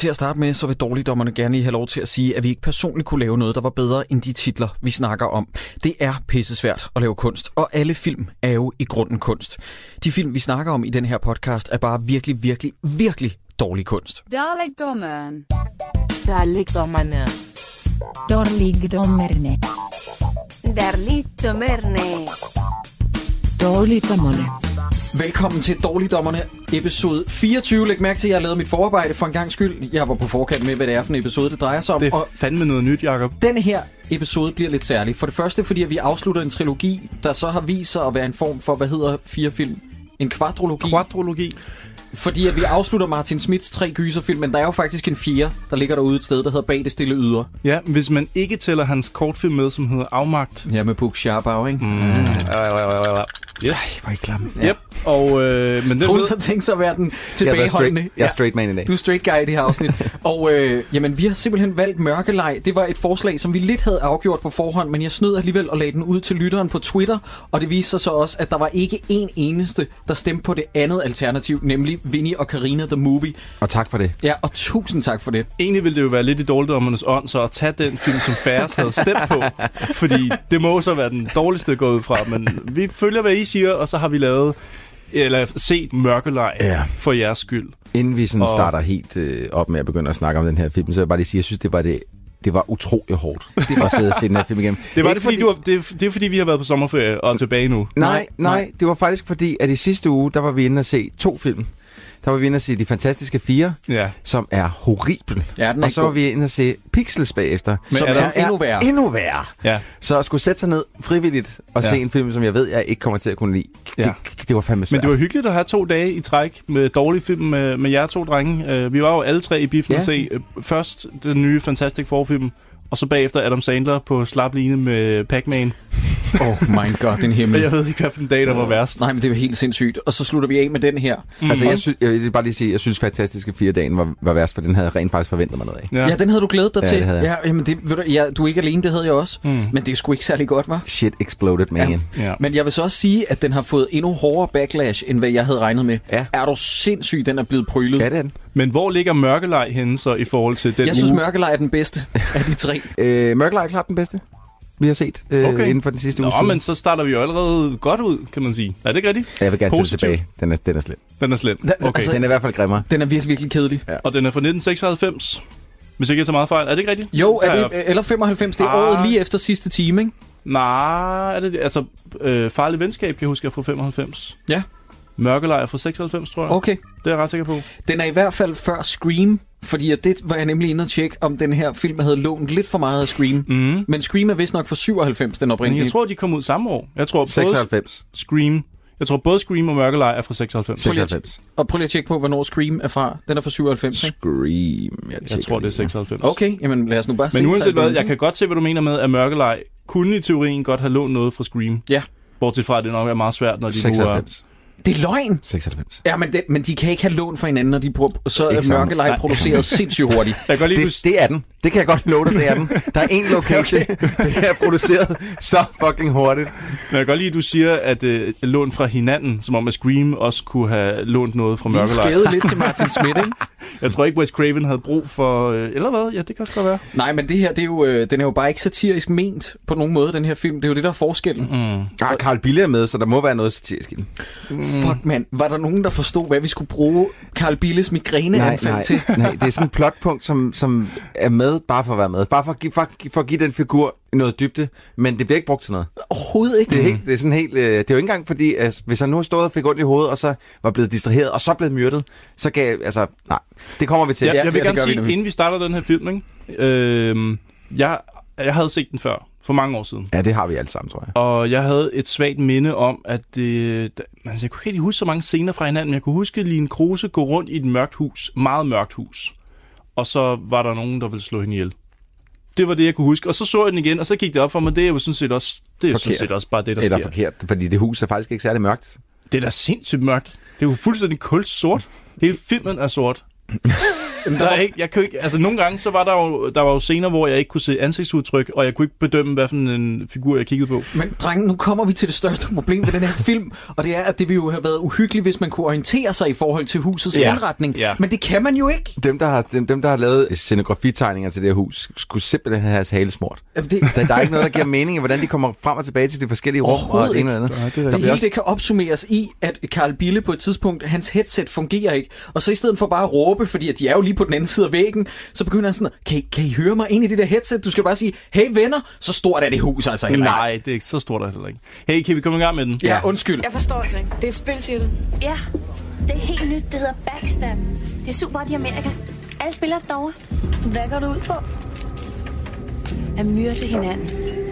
til at starte med, så vil dårligdommerne gerne lige have lov til at sige, at vi ikke personligt kunne lave noget, der var bedre end de titler, vi snakker om. Det er pissesvært at lave kunst, og alle film er jo i grunden kunst. De film, vi snakker om i den her podcast, er bare virkelig dårlig kunst. Dårligdommerne. Dårligdommerne. Dårligdommerne. Dårligdommerne. Dårligdommerne. Velkommen til Dårligdommerne, episode 24. Læg mærke til, at jeg har lavet mit forarbejde for en gang skyld. Jeg var på forkant med, hvad det er for en episode, det drejer sig om. Det er fandme noget nyt, Jacob. Den her episode bliver lidt særlig. For det første, fordi vi afslutter en trilogi, der så har vist sig at være en form for, hvad hedder 4 film? En kvadrologi. Quadrologi. Fordi at vi afslutter Martin Smiths 3 gyserfilm, men der er jo faktisk en 4, der ligger derude et sted, der hedder Bag det stille ydre. Ja, hvis man ikke tæller hans kortfilm med, som hedder Afmagt. Ja, med Book Sharp, ikke? Yes. Ej, hvor er I klam. Ja. Yep. Og, men Troels har tænkt sig at være den tilbageholdende. Jeg er straight man i dag. Du er straight guy i det her afsnit. Og jamen, vi har simpelthen valgt mørkeleg. Det var et forslag, som vi lidt havde afgjort på forhånd, men jeg snød alligevel og lagde den ud til lytteren på Twitter. Og det viste sig så også, at der var ikke en eneste, der stemte på det andet alternativ, nemlig Vinnie og Karina The Movie. Og tak for det. Ja, og tusind tak for det. Egentlig ville det jo være lidt i dårligdommernes ånd, så at tage den film, som færrest havde stemt på. Fordi det må så være den dårligste gået ud fra. Men vi følger, hvad I siger, og så har vi lavet eller set mørkeleg for jeres skyld. Inden vi sådan starter helt op med at begynde at snakke om den her film, så vil jeg bare lige sige, at jeg synes, det var utrolig hårdt at sidde og se den her film igennem. Det er fordi, vi har været på sommerferie og er tilbage nu. Nej, det var faktisk fordi, at i sidste uge, der var vi inde og se 2 film. Der var vi inde og se De Fantastiske 4, som er horribel. Ja, og så var vi inde og se Pixels bagefter, som er endnu værre. Ja. Så at skulle sætte sig ned frivilligt og se en film, som jeg ved, jeg ikke kommer til at kunne lide, det var fandme svært. Men det var hyggeligt at have 2 dage i træk med dårlige film med jer 2 drenge. Vi var jo alle 3 i biffen at se først den nye Fantastic Four-film, og så bagefter Adam Sandler på slap line med Pac-Man. Oh my god, den himmel. Jeg ved ikke, hvilken dag, der var værst. Nej, men det var helt sindssygt. Og så slutter vi af med den her. Altså, jeg vil bare lige sige, jeg synes Fantastiske 4-dagen var værst, for den havde rent faktisk forventet mig noget af. Ja, den havde du glædet dig til. Det havde jeg. Ja, jamen du er ikke alene, det havde jeg også. Men det er sgu ikke særlig godt, hva'? Shit exploded, man. Ja. Men jeg vil så også sige, at den har fået endnu hårdere backlash, end hvad jeg havde regnet med. Ja. Er du sindssyg, den er blevet prylet? Ja, det er den. Men hvor ligger mørkeleg henne så i forhold til den Jeg synes, mørkeleg er den bedste af de 3. Mørkeleg er klart den bedste, vi har set inden for den sidste uge. Men så starter vi jo allerede godt ud, kan man sige. Er det ikke rigtigt? Jeg vil gerne tage tilbage. Den er slem. Den er slem. Okay. Altså, den er i hvert fald grimmere. Den er virkelig kedelig. Ja. Og den er fra 1996. Hvis jeg ikke er så meget fejl. Er det ikke rigtigt? Jo, eller 95. Det er året lige efter sidste time, ikke? Nej, er det altså Farlig Venskab, kan jeg huske, er fra 95. Ja. Mørkeleg er fra 96, tror jeg. Okay. Det er jeg ret sikker på. Den er i hvert fald før Scream, fordi at det var jeg nemlig inde og tjekke, om den her film havde lånt lidt for meget af Scream. Men Scream er vist nok fra 97, den oprindelige. Men jeg tror, de kom ud samme år. Jeg tror 96. Jeg tror både Scream og Mørkeleg er fra 96. 96. Og prøv lige at tjekke på, hvornår Scream er fra. Den er fra 97, ikke? Scream. Jeg tror, det er 96. Okay, jamen lad os nu bare se. Men uanset hvad, jeg kan godt se, hvad du mener med, at Mørkeleg kunne i teorien godt have lånt noget fra Scream. Ja. Bortset fra, at det nok er meget svært, når de 96. Det er løgn. 96. Ja, men de kan ikke have lån for hinanden, når de bruger, så er Mørkeleg produceret sindssygt hurtigt. Det er den. Det kan jeg godt love dig, det er den. Der er én location, det er produceret så fucking hurtigt. Men jeg kan godt lide, at du siger, at lån fra hinanden, som om at Scream også kunne have lånt noget fra Mørkeleg. De skævede lidt til Martin Smith, ikke? Jeg tror ikke, Wes Craven havde brug for... eller hvad? Ja, det kan også godt være. Nej, men det her, det er jo, den er jo bare ikke satirisk ment på nogen måde, den her film. Det er jo det, der er forskellen. Carl Bille er med, så der må være noget satirisk i den. Fuck, mand. Var der nogen, der forstod, hvad vi skulle bruge Carl Billes migræneanfald til? Nej, det er sådan et plotpunkt, som er med bare for at være med. Bare for at give den figur noget dybde, men det bliver ikke brugt til noget. Overhovedet ikke. Det er sådan helt... det er jo ikke engang fordi, at hvis han nu har stået og fik ondt i hovedet, og så var blevet distraheret, og så blevet myrdet, så gav... Altså, nej. Det kommer vi til. Jeg vil gerne sige, inden vi starter den her film, ikke? Jeg havde set den før. For mange år siden. Ja, det har vi alle sammen, tror jeg. Og jeg havde et svagt minde om, at jeg kunne ikke rigtig huske så mange scener fra hinanden, men jeg kunne huske Line Kruse gå rundt i et mørkt hus. Meget mørkt hus. Og så var der nogen, der ville slå hende ihjel. Det var det, jeg kunne huske. Og så så jeg den igen, og så gik det op for mig. Det er jo sådan set også, bare det, der sker. Det er forkert, fordi det hus er faktisk ikke særlig mørkt. Det er da sindssygt mørkt. Det er jo fuldstændig kulsort. Hele filmen er sort. Nogle gange så var der var jo scener, hvor jeg ikke kunne se ansigtsudtryk, og jeg kunne ikke bedømme, hvad for en figur jeg kiggede på. Men drenge, nu kommer vi til det største problem ved den her film, og det er, at det ville jo have været uhyggeligt, hvis man kunne orientere sig i forhold til husets indretning. Ja. Men det kan man jo ikke. Dem, der har lavet scenografitegninger til det her hus, skulle simpelthen have hans halesmort. Der er ikke noget, der giver mening i, hvordan de kommer frem og tilbage til de forskellige rum og det ene eller andet. Det hele det kan opsummeres i, at Carl Bille på et tidspunkt, hans headset fungerer ikke, og så i stedet for bare at råbe, fordi at de er jo lige på den anden side af væggen, så begynder han sådan, kan I høre mig ind i det der headset? Du skal bare sige, hey venner, så stort er det hus altså heller ikke. Nej, det er ikke så stort er det heller ikke. Hey, kan vi komme i gang med den? Ja, undskyld. Jeg forstår det ikke. Det er et spil, siger du? Ja, det er helt nyt. Det hedder Backstab. Det er super i Amerika. Alle spiller det derovre. Hvad går du ud på? At myrde hinanden.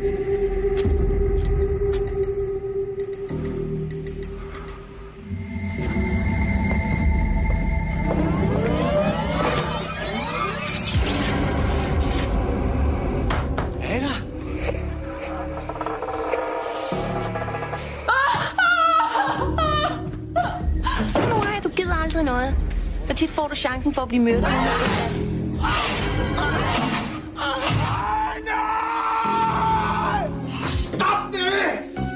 Noget. Hvor tit får du chancen for at blive myrdet? Stop det!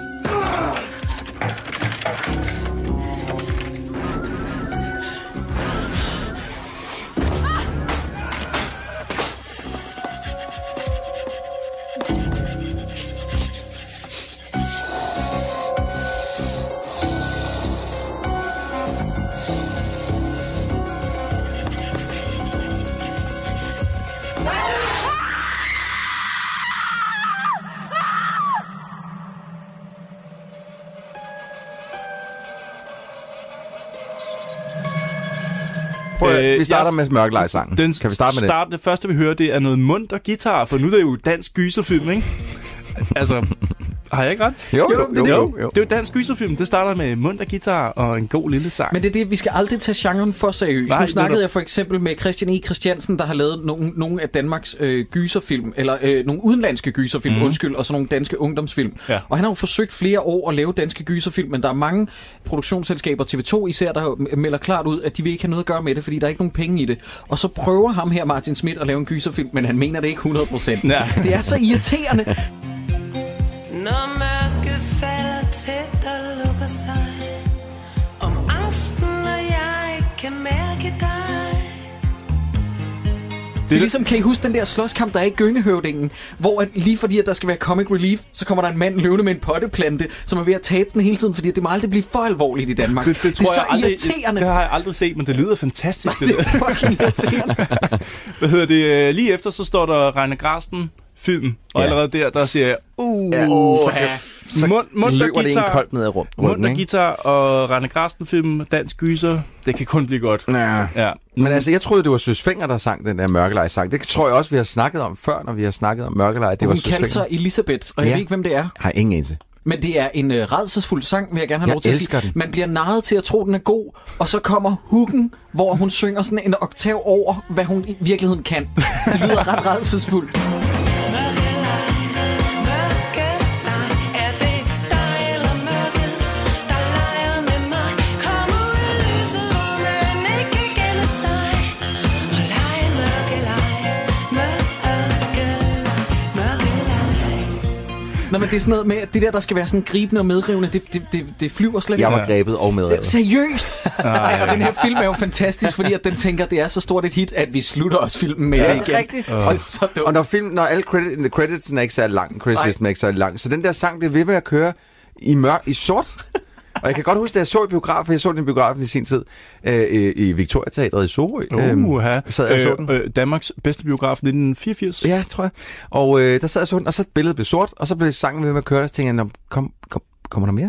Vi starter med mørkelejsangen. Kan vi starte med det? Det første, vi hører, det er noget mund og guitar, for nu er det jo dansk gyserfilm, ikke? Altså, har jeg ikke ret? Jo. Det er jo dansk gyserfilm. Det starter med mund og guitar og en god lille sang. Men det er det, vi skal aldrig tage genren for seriøst. Nu snakkede jeg for eksempel med Christian E. Christiansen, der har lavet nogle af Danmarks gyserfilm, eller nogle udenlandske gyserfilm, og så nogle danske ungdomsfilm. Ja. Og han har jo forsøgt flere år at lave danske gyserfilm, men der er mange produktionsselskaber, TV2 især, der melder klart ud, at de vil ikke have noget at gøre med det, fordi der er ikke nogen penge i det. Og så prøver ham her, Martin Schmidt, at lave en gyserfilm, men han mener det ikke 100%. Ja. Det er så irriterende. Når mørket falder tæt og lukker sig, om angsten, og jeg ikke kan mærke dig. Det er ligesom, kan I huske den der slåskamp, der er i Gyngehøvdingen, hvor at lige fordi, at der skal være comic relief, så kommer der en mand løvende med en potteplante, som er ved at tabe den hele tiden, fordi det må aldrig blive for alvorligt i Danmark. Det tror det er så irriterende. Det har jeg aldrig set, men det lyder fantastisk. Det er fucking irriterende. Hvad hedder det? Lige efter, så står der Rainer Grasten film, og allerede der siger jeg, så mund løber det en koldt ned ad rundt. Mund og guitar og Rainer Grasten film, dansk gyser, det kan kun blive godt. Ja. Men altså, jeg troede, det var Søs Fenger, der sang den der Mørkelej-sang. Det tror jeg også, vi har snakket om før, når vi har snakket om Mørkelej. Det hun kaldte sig Elisabeth, og jeg ved ikke, hvem det er. Har ingen eneste. Men det er en rædselsfuld sang, vil jeg gerne have lov til at sige. Man bliver narret til at tro, den er god, og så kommer hooken, hvor hun synger sådan en oktav over, hvad hun i virkeligheden kan. Det lyder ret rædselsfuldt. Nå, men det er sådan noget med, at det der skal være sådan gribende og medrivende, det flyver slet ikke. Jeg var grebet og medrevet. Seriøst? Ej, og den her film er jo fantastisk, fordi at den tænker, at det er så stort et hit, at vi slutter også filmen med det igen. Det er rigtigt. Og når alle credits er ikke så lang, creditslisten er ikke så lang, så den der sang bliver ved med at køre i sort. Og jeg kan godt huske, da jeg så i biografen, jeg så den i biografen i sin tid, i Victoria Teatret i Sorø. Danmarks bedste biograf 1984. Ja, tror jeg. Og der sad jeg så den, og så billedet blev sort, og så blev sangen ved med at køre, og så tænkte jeg, kommer der mere?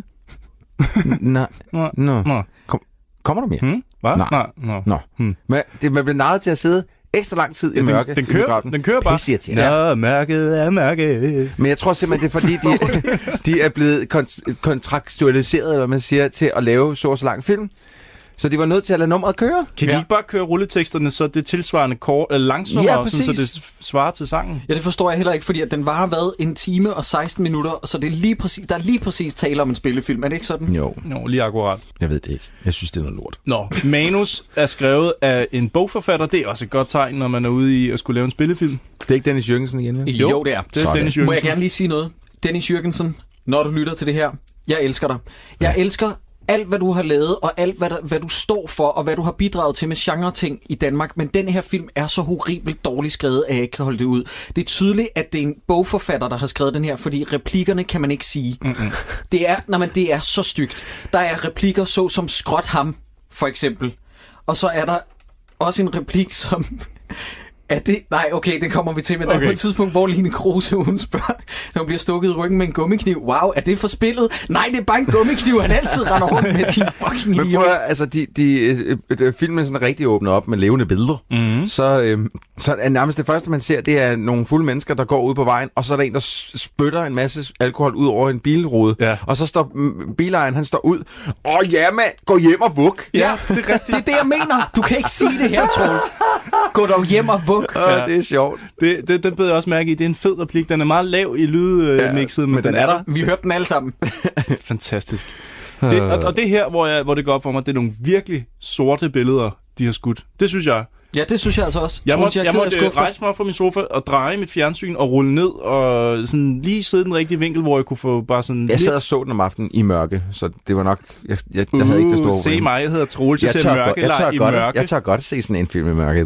Nej. Kommer der mere? Hvad? Nå. Men man blev narret til at sidde ekstra lang tid i mørke. Den kører bare. Mørket er mørket. Men jeg tror simpelthen, det er fordi, de er blevet kontraktualiseret, eller hvad man siger, til at lave så lang film. Så de var nødt til at lade nummeret køre. Kan de ikke bare køre rulleteksterne, så det tilsvarende langsommere, sådan, så det svarer til sangen? Ja, det forstår jeg heller ikke, fordi at den varer hvad? 1 time og 16 minutter, så det er der er lige præcis tale om en spillefilm. Er det ikke sådan? Jo, lige akkurat. jeg ved det ikke. Jeg synes, det er noget lort. Nå, manus er skrevet af en bogforfatter. Det er også et godt tegn, når man er ude i at skulle lave en spillefilm. Det er ikke Dennis Jürgensen igen, vel? Jo, det er. Det er Dennis Jürgensen. Må jeg gerne lige sige noget? Dennis Jürgensen, når du lytter til det her, jeg elsker dig. Jeg elsker alt, hvad du har lavet, og alt, hvad du står for, og hvad du har bidraget til med genre-ting i Danmark. Men den her film er så horribelt dårligt skrevet, at jeg ikke kan holde det ud. Det er tydeligt, at det er en bogforfatter, der har skrevet den her, fordi replikkerne kan man ikke sige. Det er så stygt. Der er replikker så som skråt ham, for eksempel. Og så er der også en replik, som... det kommer vi til, men der er på et tidspunkt, hvor Line Kruse, hun spørger, når hun bliver stukket i ryggen med en gummikniv. Wow, er det for spillet? Nej, det er bare en gummikniv, han altid render rundt med, din fucking idiot. Men prøv at, altså, filmen sådan rigtig åbner op med levende billeder. Så er nærmest det første, man ser, det er nogle fulde mennesker, der går ud på vejen, og så er der en, der spytter en masse alkohol ud over en bilrude. Ja. Og så står bilejeren, han står ud. Ja, mand, gå hjem og vug. Ja, det er rigtigt. Det er det, jeg mener. Du kan ikke sige det her, Troels. Gå dog hjem og vug. Det er sjovt. Den bed jeg også mærke i. Det er en fed replik. Den er meget lav i lydmixet, men den er der. Vi hørte den alle sammen. Fantastisk. Og det her, hvor det går op for mig, det er nogle virkelig sorte billeder, de har skudt. Det synes jeg. Ja, det synes jeg altså også. Jeg måtte rejse mig op fra min sofa og dreje mit fjernsyn og rulle ned og sådan lige sidde i den rigtige vinkel, hvor jeg kunne få bare sådan... Jeg sad og så den om aftenen i mørke, så det var nok... Jeg havde ikke det store... Se mig, jeg hedder Troels, jeg ser mørkelej i mørke. Jeg tør godt se sådan en film i mørke.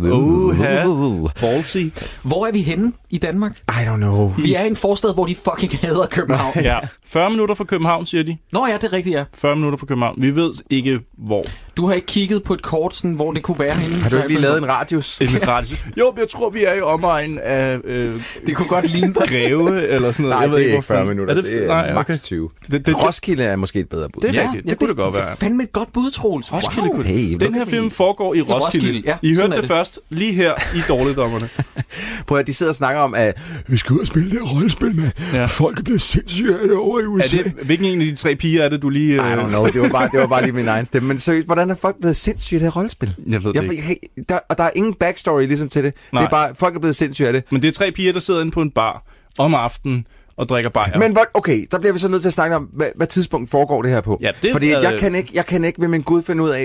Ballsy. Hvor er vi henne i Danmark? I don't know. Vi er i en forstad, hvor de fucking hader København. Ja, 40 minutter fra København, siger de. Nå ja, det er rigtigt, ja. 40 minutter fra København. Vi ved ikke, hvor. Du har ikke kigget på et kort, sådan, hvor det kunne være henne. Har du ikke lige lavet en radius? Jo, jeg tror, vi er i omegn af... det kunne godt ligne dig. Greve, eller sådan noget. Nej, jeg ved det er ikke, ikke 40 minutter. Det er max 20. Roskilde er måske et bedre bud. Det er rigtigt. Det kunne det godt være. Det er fandme et godt bud, Troels. Roskilde. Hey, den her film foregår i Roskilde. Ja, I hørte det først lige her i Dårligdommerne. Prøv at de sidder og snakker om, at vi skal ud og spille det rollespil med. Ja. Folk er blevet sindssyge af det over i USA. Hvilken en af de 3 piger er det, du lige... I don't know. Det var bare lige min egen stemme. Men seriøst, hvordan er folk blevet sindssyge af det her rollespil? Jeg ved det ikke. Og der er ingen backstory ligesom til det. Nej. Det er bare, folk er blevet sindssyge af det. Men det er 3 piger, der sidder inde på en bar om aftenen og drikker bajer. Men okay, der bliver vi så nødt til at snakke om, hvad tidspunkt foregår det her på. Ja, fordi jeg kan ikke ved min Gud finde ud af,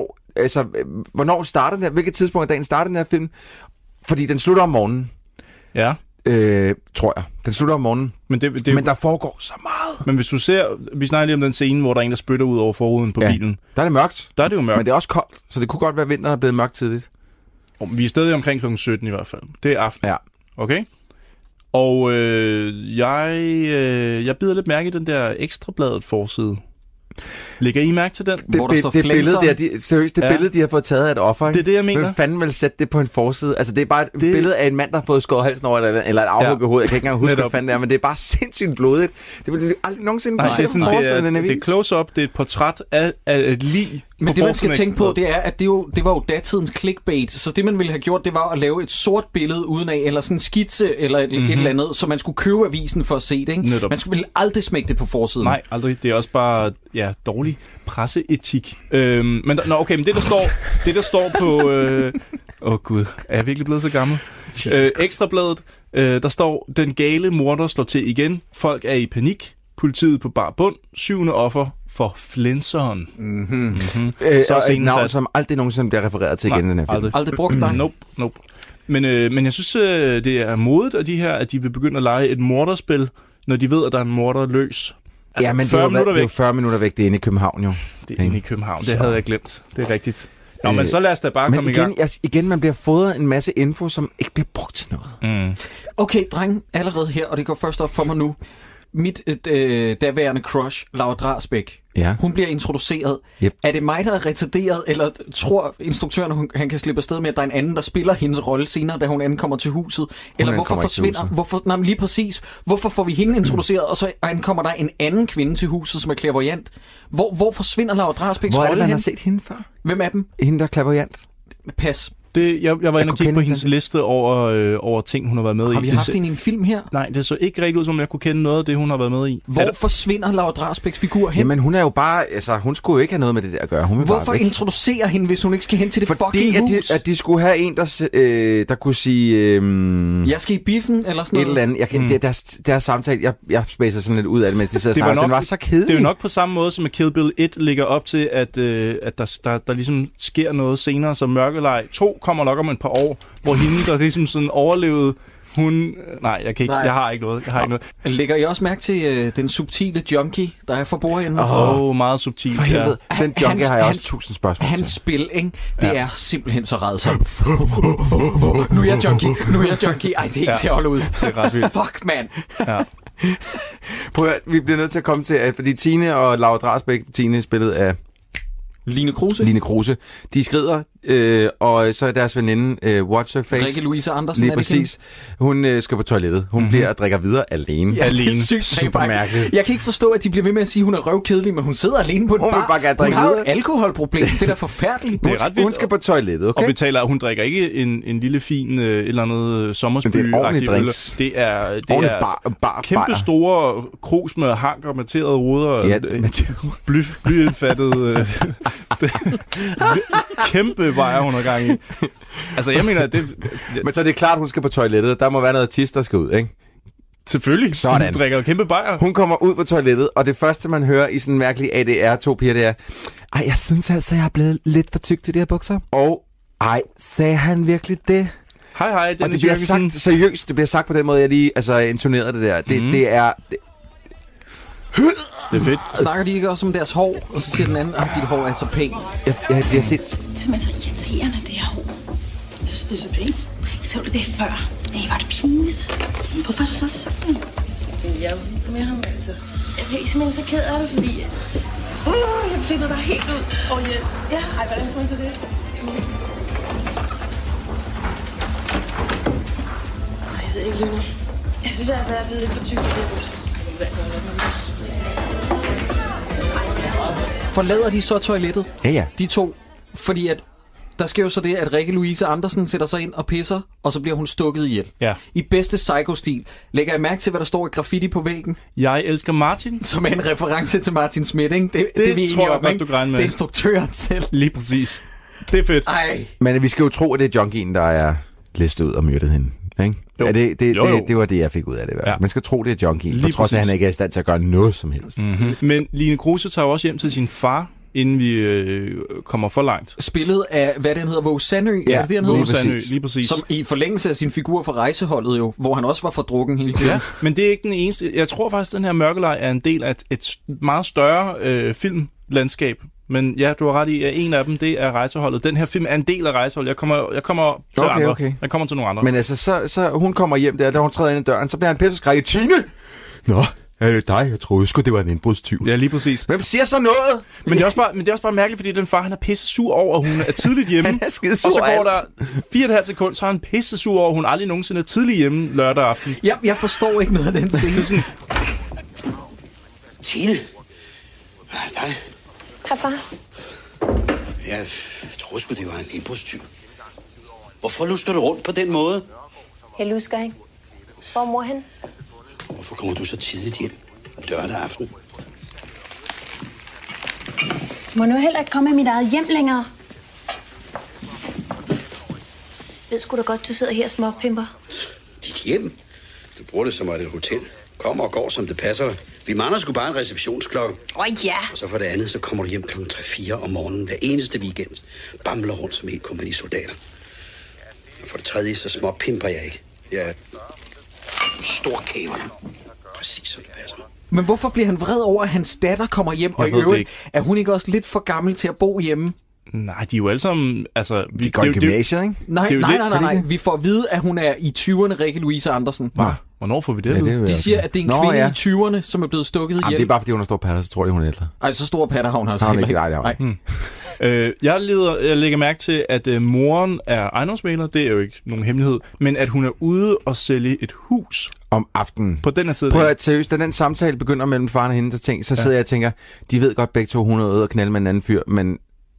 hvornår starter den her, hvilket tidspunkt af dagen starter den her film. Fordi den slutter om morgenen. Ja. Tror jeg. Den slutter om morgenen. Men der foregår så meget. Men hvis du ser... Vi snakker lige om den scene, hvor der er en, der spytter ud over forruden på bilen. Der er det mørkt. Der er det jo mørkt. Men det er også koldt, så det kunne godt være, at vinteren er blevet mørkt tidligt. Vi er stadig omkring kl. 17 i hvert fald. Det er aften. Ja. Okay? Og jeg bider lidt mærke i den der Ekstrabladet forside. Lægger I mærke til den? Hvor der står det billede, de har fået taget af et offer. Det er det, jeg mener. Hvem fanden vil sætte det på en forside? Altså, det er bare et billede af en mand, der har fået skåret halsen over, eller et afhugget hoved. Jeg kan ikke engang huske, hvad fanden det er, men det er bare sindssygt blodigt. Det vil aldrig nogensinde kunne se på forsiden af en avis. Det er close-up, det er et portræt af et lig. Men det, man skal tænke på, det er, at det var jo datidens clickbait. Så det, man ville have gjort, det var at lave et sort billede uden af, eller sådan en skitse, eller et eller andet, så man skulle købe avisen for at se det. Ikke? Man ville aldrig smække det på forsiden. Nej, aldrig. Det er også bare dårlig presseetik. Men det, der står på... Gud, er jeg virkelig blevet så gammel? Ekstrabladet, der står, den gale morder slår til igen. Folk er i panik. Politiet på bar bund. 7. offer for Flenseren. Så et navn, som aldrig nogensinde bliver refereret til igen i den her film. Aldrig brugt dig? Nope. Men jeg synes, det er modigt af de her, at de vil begynde at lege et morderspil, når de ved, at der er en morder løs. Altså, men det er jo 40 minutter væk. Det er inde i København, jo. Det er inde i København. Det havde jeg glemt. Det er rigtigt. Nå, men så lad os da bare komme i gang. Igen, man bliver fodret en masse info, som ikke bliver brugt til noget. Okay, dreng, allerede her, og det går først op for mig nu. Mit daværende crush, Laura Drasbæk, hun bliver introduceret. Yep. Er det mig, der er retarderet, eller tror instruktøren, han kan slippe afsted med, at der er en anden, der spiller hendes rolle senere, da hun ankommer til huset? Eller hvorfor forsvinder... lige præcis. Hvorfor får vi hende introduceret, og så ankommer der en anden kvinde til huset, som er clairvoyant? Hvor forsvinder Laura Drasbæks rolle hen? Hvor er det, man har set hende før? Hvem er dem? Hende, der er clairvoyant. Pas. Jeg var inde og kigge på hendes liste over ting, hun har været med i. Har vi haft hende i en film her? Nej, det så ikke rigtig ud, som jeg kunne kende noget af det, hun har været med i. Hvor forsvinder Laura Drasbæks figur hen? Jamen, hun er jo bare... Altså, hun skulle jo ikke have noget med det der at gøre. Hvorfor introducere hende, hvis hun ikke skal hen til det fucking hus? Fordi de skulle have en, der kunne sige... jeg skal i biffen, eller sådan noget? Et eller andet. Deres samtale, jeg spæser sådan lidt ud af det, mens de sidder og snakker. Den var så kedelig. Det er jo nok på samme måde, som at Kill Bill 1 ligger op til, at der ligesom sker noget senere, så Mørkelej 2 kommer nok om et par år, hvor hende, der ligesom sådan overlevede, hun... Nej, jeg kan ikke. Jeg har ikke noget. Lægger I også mærke til den subtile junkie, der er for bordenden? Meget subtil. For helvede. Ja. Den junkie har jeg også 1000 spørgsmål til. Hans spil, ikke? Det er simpelthen så rædsomt. Nu er jeg junkie. Ej, det er ikke til at holde ud. Det er ret vildt. Fuck, mand. Ja. Prøv at, vi bliver nødt til at komme til, at fordi Tine og Laura Drasbæk, Tine spillet af Line Kruse. De skrider, og så er deres veninde, What's Her Face. Rikke Louise Andersen. Lige præcis. Hun skal på toilettet. Hun bliver og drikker videre alene. Ja, det er sygt. Super mærkeligt. Jeg kan ikke forstå, at de bliver ved med at sige, at hun er røvkedelig, men hun sidder alene på en bar. Hun har jo et alkoholproblem. Det er da forfærdeligt. Det er ret vildt. Hun skal på toilettet, okay? Og hun drikker ikke en lille fin et eller andet sommersby. Det er ordentligt drinks. Det er kæmpe store krus med hanker, matterede ruder. Ja, blyindfattet kæmpe vejer, hun har gang i. Altså, jeg mener, Men så er det klart, at hun skal på toilettet. Der må være noget tis, der skal ud, ikke? Selvfølgelig. Sådan. Hun drikker kæmpe bajer. Hun kommer ud på toilettet, og det første, man hører i sådan en mærkelig ADR, 2 piger, det er, ej, jeg synes altså, jeg er blevet lidt for tyk til de her bukser. Og, ej, sagde han virkelig det? Hej, og det bliver sagt seriøst, det bliver sagt på den måde, jeg lige intonerede det der. Det er... Det er fedt. Snakker de ikke også om deres hår? Og så siger den anden, at dit hår er så pænt. Jeg bliver set. Simpelthen så irriterende, det her hår. Jeg synes, det er så pænt. Så du det før? Ej, var det pinligt. Hvorfor er du så sådan? Jeg vil med ham, altså. Jeg bliver simpelthen så ked af det, fordi... jeg flippede dig helt ud. Og ja, ej, hvordan tror jeg så det? Ej, jeg ved ikke lige nu. Jeg synes altså, jeg er blevet lidt for tyk til det her bukser. Forlader de så toilettet? Ja. De to. Fordi at der sker jo så det, at Rikke Louise Andersen sætter sig ind og pisser, og så bliver hun stukket ihjel. Ja. I bedste psycho-stil. Lægger jeg mærke til, hvad der står i graffiti på væggen? Jeg elsker Martin. Som er en reference til Martin Schmidt, ikke? Det er vi tror jeg godt, du kan regne med. Det er instruktøren selv. Lige præcis. Det er fedt. Ej. Men vi skal jo tro, at det er junkien, der er listet ud og myrdet hende. Ikke? Jo. Ja, det var det, jeg fik ud af det. Ja. Man skal tro, det er junkien, for trods af, at han ikke er i stand til at gøre noget som helst. Mm-hmm. Men Line Kruse tager også hjem til sin far, inden vi kommer for langt. Spillet af, hvad den hedder, Våge Sandø? Ja, det, Våge Sandø, lige præcis. Som i forlængelse af sin figur fra Rejseholdet jo, hvor han også var for drukken hele tiden. Ja, men det er ikke den eneste. Jeg tror faktisk, at den her Mørkelej er en del af et meget større filmlandskab. Men ja, du har ret i, at en af dem, det er Rejseholdet. Den her film er en del af Rejseholdet. Jeg kommer til andre. Okay. Jeg kommer til nogle andre. Men altså, så hun kommer hjem der, da hun træder ind i døren, så bliver han pisse skrækket. Tine! Nå, er det dig? Jeg troede sgu, det var en indbrudstyv. Ja, lige præcis. Hvem siger så noget? Men det er også bare mærkeligt, fordi den far, han er pisse sur over, at hun er tidligt hjemme. Han er skide sur. Og så går der 4,5 sekunder, så er han pisse sur over, at hun aldrig nogensinde er tidligt hjemme lørdag aften. Ja, jeg forstår ikke noget af den scene. Sådan... Tine? Hvad er det dig? Hej, far. Jeg tror sgu, det var en indbrudstyv. Hvorfor lusker du rundt på den måde? Jeg lusker ikke. Hvor er mor hen? Hvorfor kommer du så tidligt hjem lørdag aften? Må nu heller ikke komme i mit eget hjem længere. Ved sgu da godt, du sidder her og småpimper. Dit hjem? Du bruger det som et hotel. Kommer og går, som det passer dig. Vi mangler sgu bare en receptionsklokke. Ja. Og så for det andet, så kommer du hjem kl. 3-4 om morgenen hver eneste weekend. Bamler rundt som helt kompagni soldater. Og for det tredje, så småpimper jeg ikke. Jeg er stor kæver. Præcis som det passer mig. Men hvorfor bliver han vred over, at hans datter kommer hjem? Og i øvrigt, er hun ikke også lidt for gammel til at bo hjemme? Nej, de er jo alle sammen... Altså, de går i gymnasiet, ikke? Nej. Vi får at vide, at hun er i 20'erne, Rikke Louise Andersen. Hvornår får vi det? De siger, at det er en kvinde i 20'erne, som er blevet stukket ihjel. Det er bare, fordi hun har stor patter, så tror de, hun er ældre. Ej, så store patter har hun altså ikke. Jeg lægger mærke til, at moren er ejendomsmægler. Det er jo ikke nogen hemmelighed. Men at hun er ude og sælge et hus om aftenen. På den her tid. Prøv at seriøst, da den samtale begynder mellem faren og hende, så sidder jeg og tænker, de ved godt begge to, hun er ude og knalde med en anden fyr, men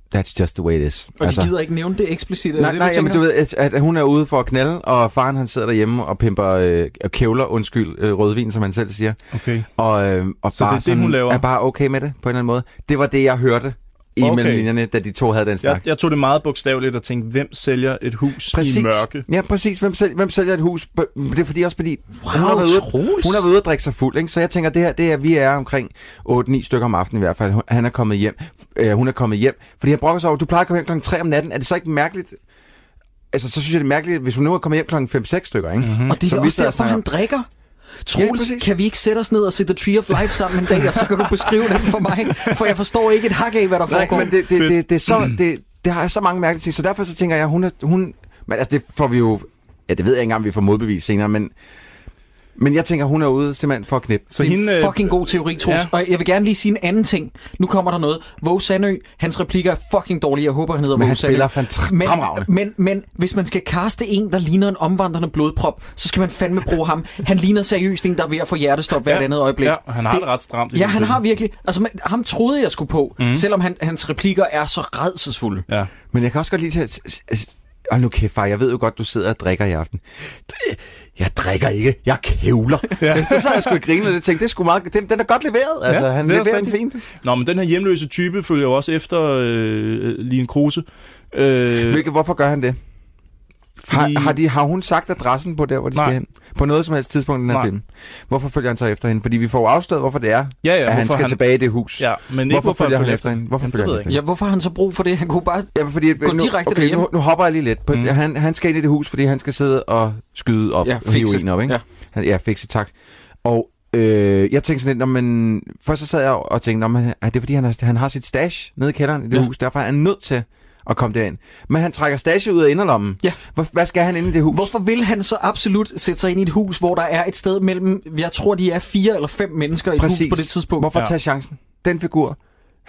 that's just the way it is. Og de gider ikke nævne det eksplicit? Nej, men du ved, at hun er ude for at knalde, og faren han sidder derhjemme og pimper kævler, rødvin, som han selv siger. Okay. Og så bare det er det, hun laver? Er bare okay med det, på en eller anden måde. Det var det, jeg hørte i mellemlinjerne, da de to havde den snak. Jeg tog det meget bogstaveligt og tænkte, hvem sælger et hus i mørke? Ja, præcis. Hvem sælger et hus? Det er fordi også fordi, hun har været ude at drikke sig fuld, ikke? Så jeg tænker, vi er omkring 8-9 stykker om aftenen i hvert fald. Han er kommet hjem. Hun er kommet hjem. Fordi han brokker sig over, du plejer at komme hjem klokken 3 om natten. Er det så ikke mærkeligt? Altså, så synes jeg, det er mærkeligt, hvis hun nu er kommet hjem klokken 5-6 stykker, ikke? Mm-hmm. Og det er også derfor, han drikker. Troels, kan vi ikke sætte os ned og se The Tree of Life sammen en dag, og så kan du beskrive den for mig? For jeg forstår ikke et hak af, hvad der foregår. Men det har så mange mærkelige ting, så derfor så tænker jeg, hun men altså det får vi jo, ja, det ved jeg ikke engang, vi får modbevis senere, men jeg tænker, hun er ude simpelthen for at knippe. Så det er en fucking god teori, Troels. Ja. Og jeg vil gerne lige sige en anden ting. Nu kommer der noget. Våge Sandø, hans replikker er fucking dårlige. Jeg håber, han hedder Våge Sandø. Men han spiller fremragende. Men hvis man skal kaste en, der ligner en omvandrende blodprop, så skal man fandme bruge ham. Han ligner seriøst en, der er ved at få hjertestop hvert andet øjeblik. Ja, han har det ret stramt. Ja, han har virkelig. Altså, ham troede jeg skulle på, selvom hans replikker er så rædselsfulde. Ja. Men jeg kan også godt lide til at nu kæft, far, jeg ved jo godt, du sidder og drikker i aften. Jeg drikker ikke, jeg kævler. Ja. Så jeg sgu ikke grine lidt og tænkte, det er sgu meget, den er godt leveret. Altså, ja, han leverer den fint. Nå, men den her hjemløse type følger jo også efter Line Kruse. Hvorfor gør han det? Har hun sagt adressen på der, hvor de skal hen? På noget som helst tidspunkt i den her film. Hvorfor følger han så efter hende? Fordi vi får afsløret, hvorfor det er, at han skal tilbage i det hus. Ja, men hvorfor følger han efter hende? Hvorfor følger han efter hende? Ja, hvorfor har han så brug for det? Han kunne bare gå direkte derhjem. Nu hopper jeg lige lidt. Han skal ind i det hus, fordi han skal sidde og skyde op. Ja, fikse. Op, ikke? Ja, fikse, tak. Og jeg tænkte sådan lidt, men først så sad jeg og tænkte, er det fordi han har sit stash nede i kælderen i det hus, derfor er han nødt til at komme derind. Men han trækker stasje ud af inderlommen. Ja. Hvad skal han inde i det hus? Hvorfor vil han så absolut sætte sig ind i et hus, hvor der er et sted mellem, jeg tror, de er 4 eller 5 mennesker i et hus på det tidspunkt? Hvorfor tage chancen? Den figur.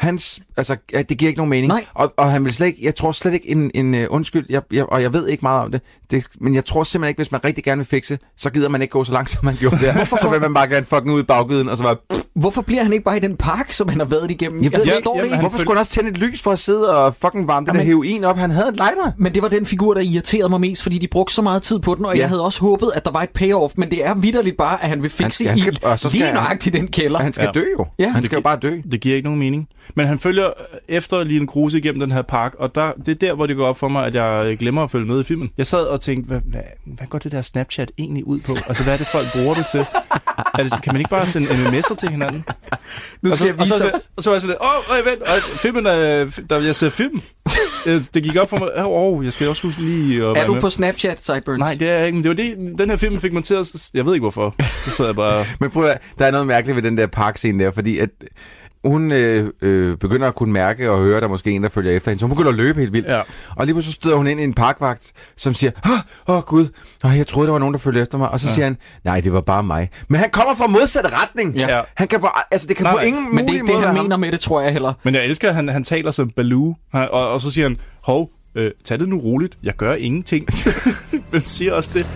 Det giver ikke nogen mening. Og han vil slet ikke, jeg tror slet ikke en undskyld, og jeg ved ikke meget om det, men jeg tror simpelthen ikke, hvis man rigtig gerne vil fikse, så gider man ikke gå så langt, som man gjorde der. Så vil man bare gerne fucking ud i baggyden, og så bare... Hvorfor bliver han ikke bare i den park, som han har været igennem? Jeg forstår det ikke. Hvorfor skulle han også tænde et lys for at sidde og fucking varme den der heroin op? Han havde en lighter. Men det var den figur, der irriterede mig mest, fordi de brugte så meget tid på den, og jeg havde også håbet, at der var et payoff, men det er vitterligt bare, at han vil fikse lige nøjagtigt i den kælder. Han skal dø jo. Ja. Han skal jo bare dø. Det giver ikke nogen mening. Men han følger efter Line Kruse igennem den her park, og det er der, hvor det går op for mig, at jeg glemmer at følge med i filmen. Jeg sad og tænkte, hvad går det der Snapchat egentlig ud på? Altså, hvad er det, folk bruger det til? Kan man ikke bare sende MMS'er til hinanden? Nu skal jeg vise dig. Og så var jeg sådan lidt, vent, filmen jeg ser film. Det gik op for mig, jeg skal også huske lige at er du på Snapchat, Sideburns? Nej, det er jeg ikke. Det var det, den her film fik mig til at... Jeg ved ikke, hvorfor. Så sad jeg bare... Men prøv at, der er noget mærkeligt ved den der parkscene der, fordi at hun begynder at kunne mærke og høre, at der måske en, der følger efter hende. Så hun begynder at løbe helt vildt. Ja. Og lige pludselig støder hun ind i en parkvagt, som siger, Gud, jeg troede, der var nogen, der følger efter mig. Og så siger han, nej, det var bare mig. Men han kommer fra modsatte retning. Ja. Han kan bare, altså det kan på ingen mulig måde. Men det er ikke det, han mener med det, tror jeg heller. Men jeg elsker, at han taler som Baloo, og så siger han, tag det nu roligt, jeg gør ingenting. Hvem siger også det?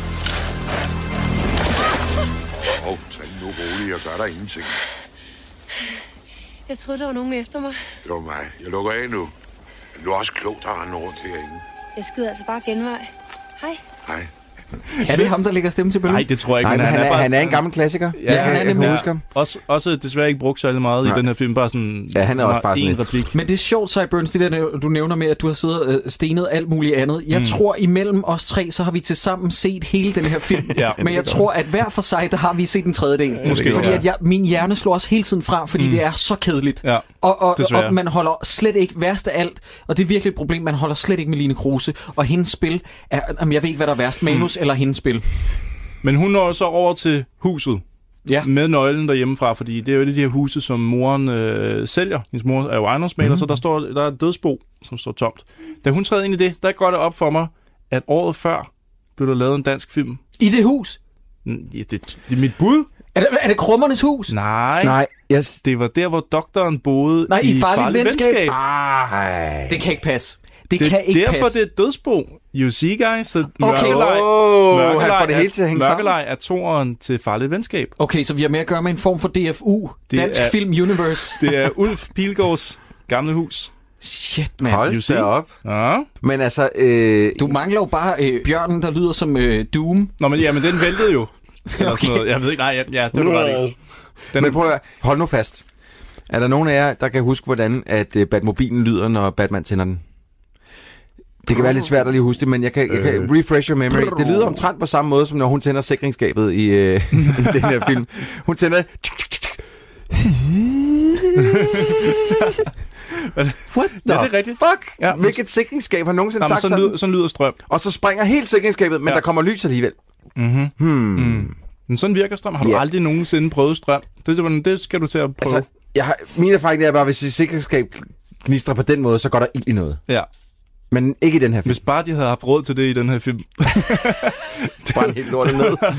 Tag det nu roligt, jeg gør der ingenting. Jeg troede, der var nogen efter mig. Det var mig. Jeg lukker af nu. Men du er også klogt at rende rundt herinde. Jeg skyder altså bare genvej. Hej. Hej. Er det ham, der lægger stemme til Baloo? Nej, det tror jeg ikke. Han er en gammel klassiker. Ja, han er nemlig. Også desværre ikke brugt så meget i den her film. Bare sådan, han er også bare sådan en replik. Men det er sjovt, Sideburns, det der, du nævner med, at du har siddet og stenet alt muligt andet. Jeg tror, imellem os tre, så har vi til sammen set hele den her film. Men jeg tror, at hver for sig, der har vi set en tredjedel. Måske. Fordi at min hjerne slår også hele tiden fra, fordi det er så kedeligt. Ja. Og man holder slet ikke, værst af alt, og det er virkelig et problem, man holder slet ikke med Line Kruse. Og hendes spil er, jeg ved ikke, hvad der er værst, manus eller hendes spil. Men hun når så over til huset med nøglen derhjemmefra, fordi det er jo det de her huse, som moren sælger. Hendes mor er jo ejendomsmaler, så der er et dødsbo, som står tomt. Da hun træder ind i det, der går det op for mig, at året før blev der lavet en dansk film. I det hus? Ja, det er mit bud. Er det Krummernes hus? Nej. Yes. Det var der, hvor doktoren boede i farligt venskab. Det kan ikke passe. Det kan ikke derfor passe. Det er et dødsbo. You see, guys. Så han får det hele til at hænge sammen. Mørkelej er toeren til farligt venskab. Okay, så vi har med at gøre med en form for DFU. Dansk Film Universe. Det er Ulf Pilgaards gamle hus. Shit, mand. Hold da op. Ja. Men altså... Du mangler jo bare bjørnen, der lyder som Doom. Nå, men ja, men den væltede jo. Eller sådan noget. Jeg ved ikke, nej, ja, det var ret. Men prøv at hold nu fast. Er der nogen af jer, der kan huske, hvordan at Batmobilen lyder, når Batman tænder den? Det kan være lidt svært at lige huske det, men jeg kan refresh your memory. Det lyder omtrent på samme måde, som når hun tænder sikringsskabet i den her film. Hun tænder... What the fuck? Ja, hvilket sikringsskab har nogensinde sagt sådan? Sådan lyder strøm. Og så springer helt sikringsskabet, men der kommer lys alligevel. Men sådan virker strøm. Har du aldrig nogensinde prøvet strøm? Det skal du til at prøve. Altså, min erfaring er bare, hvis et sikringsskab gnistrer på den måde, så går der ild i noget. Ja. Men ikke i den her film. Hvis bare de havde haft råd til det i den her film. Det var en helt lortet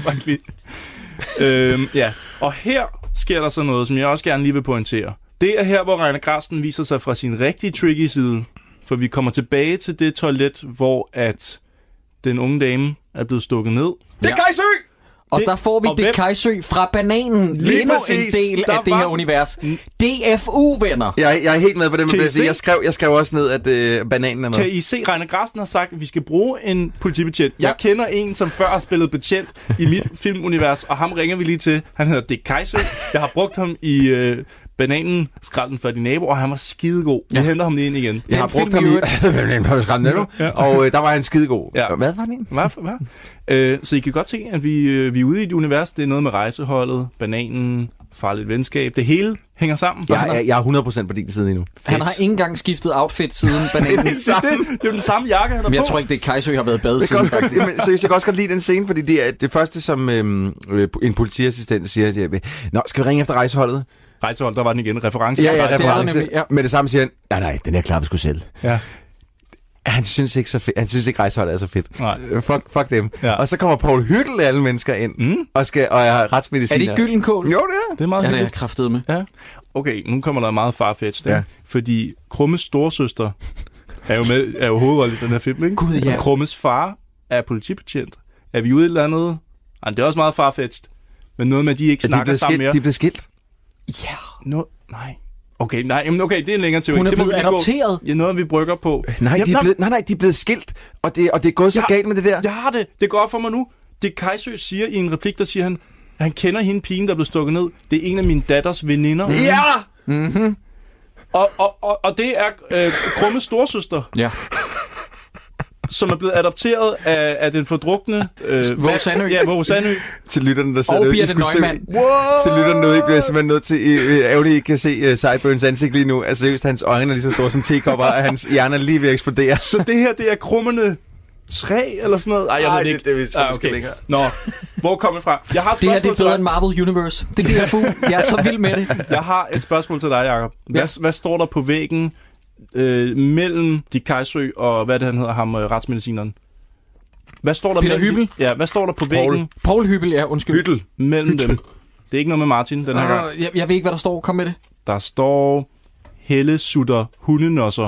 ned. Ja, og her sker der så noget, som jeg også gerne lige vil pointere. Det er her, hvor Rainer Grasten viser sig fra sin rigtige tricky side. For vi kommer tilbage til det toilet, hvor at den unge dame er blevet stukket ned. Det er Kai Sø! Og der får vi det Kai-Sø fra Bananen. Endnu en del af det her univers. DFU, venner. Jeg er helt med på det, man sige. Jeg skrev også ned, at Bananen er med. Kan I se, Rainer Grasten har sagt, at vi skal bruge en politibetjent. Jeg kender en, som før har spillet betjent i mit filmunivers, og ham ringer vi lige til. Han hedder Dick Kai-Sø. Jeg har brugt ham i... Bananen, skralden for din nabo, og han var skidegod. Vi henter ham lige ind igen. Jeg har brugt ham i skralden nu, og der var han skidegod. Ja. Hvad var den? Hvad? Så I kan godt se, at vi er ude i et univers. Det er noget med rejseholdet, Bananen, farligt venskab. Det hele hænger sammen. Jeg er 100% på din side endnu. Han har ikke engang skiftet outfit siden Bananen. Det er jo den samme jakke, han har på. Men jeg tror ikke, det er Kai-Sø har været bad siden. Så jeg kan også godt lide den scene, fordi det er det første, som en politiassistent siger. Nå, skal vi ringe efter rejseholdet? Rejsehold, der var den igen. Reference. Ja, reference. Med det samme siger han, nej, den er klar, vi skulle selv. Ja. Han synes ikke så fedt. Han synes ikke rejseholdet er så fedt. Nej. Fuck dem. Ja. Og så kommer Poul Hyttel alle mennesker ind og er retsmediciner. Er det ikke Gyldenkål? Jo, det er. Det er meget det er jeg kraftet med. Ja. Okay, nu kommer der meget farfetched. Ja. Fordi Krummes storsøster er jo hovedrollen i den her film, ikke? Gud, ja. Krummes far er politibetjent. Er vi ude i et eller andet? Ej, det er også meget farfetched. Men noget med, at de ikke snakker sammen mere. De er blevet skilt. Ja. Nej. Okay, det er en længere teori. Hun er blevet adopteret. Det er noget, vi brygger på. Nej, de er blevet skilt, og det er gået så galt med det der. Jeg har det. Det går op for mig nu. Det Kai-Sø siger i en replik, der siger han, at han kender hende pigen, der blev stukket ned. Det er en af min datters veninder. Ja! Mm-hmm. Og det er Krummes storsøster. Ja. Som er blevet adopteret af den fordrukne Våge Sandø. Ja, Våge Sandø. Til lytterne, der sidder ude. Til lytterne derude, I bliver simpelthen nødt til, ærgerligt, I kan se Sideburns ansigt lige nu. Altså seriøst, hans øjne er lige så store som tekopper, og hans hjerne er lige ved at eksplodere. Så det her, det er krummende træ, eller sådan noget? Ej, jeg ved det ikke. Det er okay. Længere. Nå, hvor kommer det fra? Jeg har et det her, det er bedre end Marvel Universe. Det bliver DFU. Jeg er så vild med det. Jeg har et spørgsmål til dig, Jacob. Hvad står der på væggen mellem Dick Kai-Sø og hvad det han hedder ham retsmedicineren? Hvad står der Peter Hyppel? Ja, hvad står der på væggen? Paul Hyppel, ja, undskyld. Hyttel. Mellem dem. Det er ikke noget med Martin den her gang. Jeg ved ikke, hvad der står. Kom med det. Der står Helle sutter hundenosser.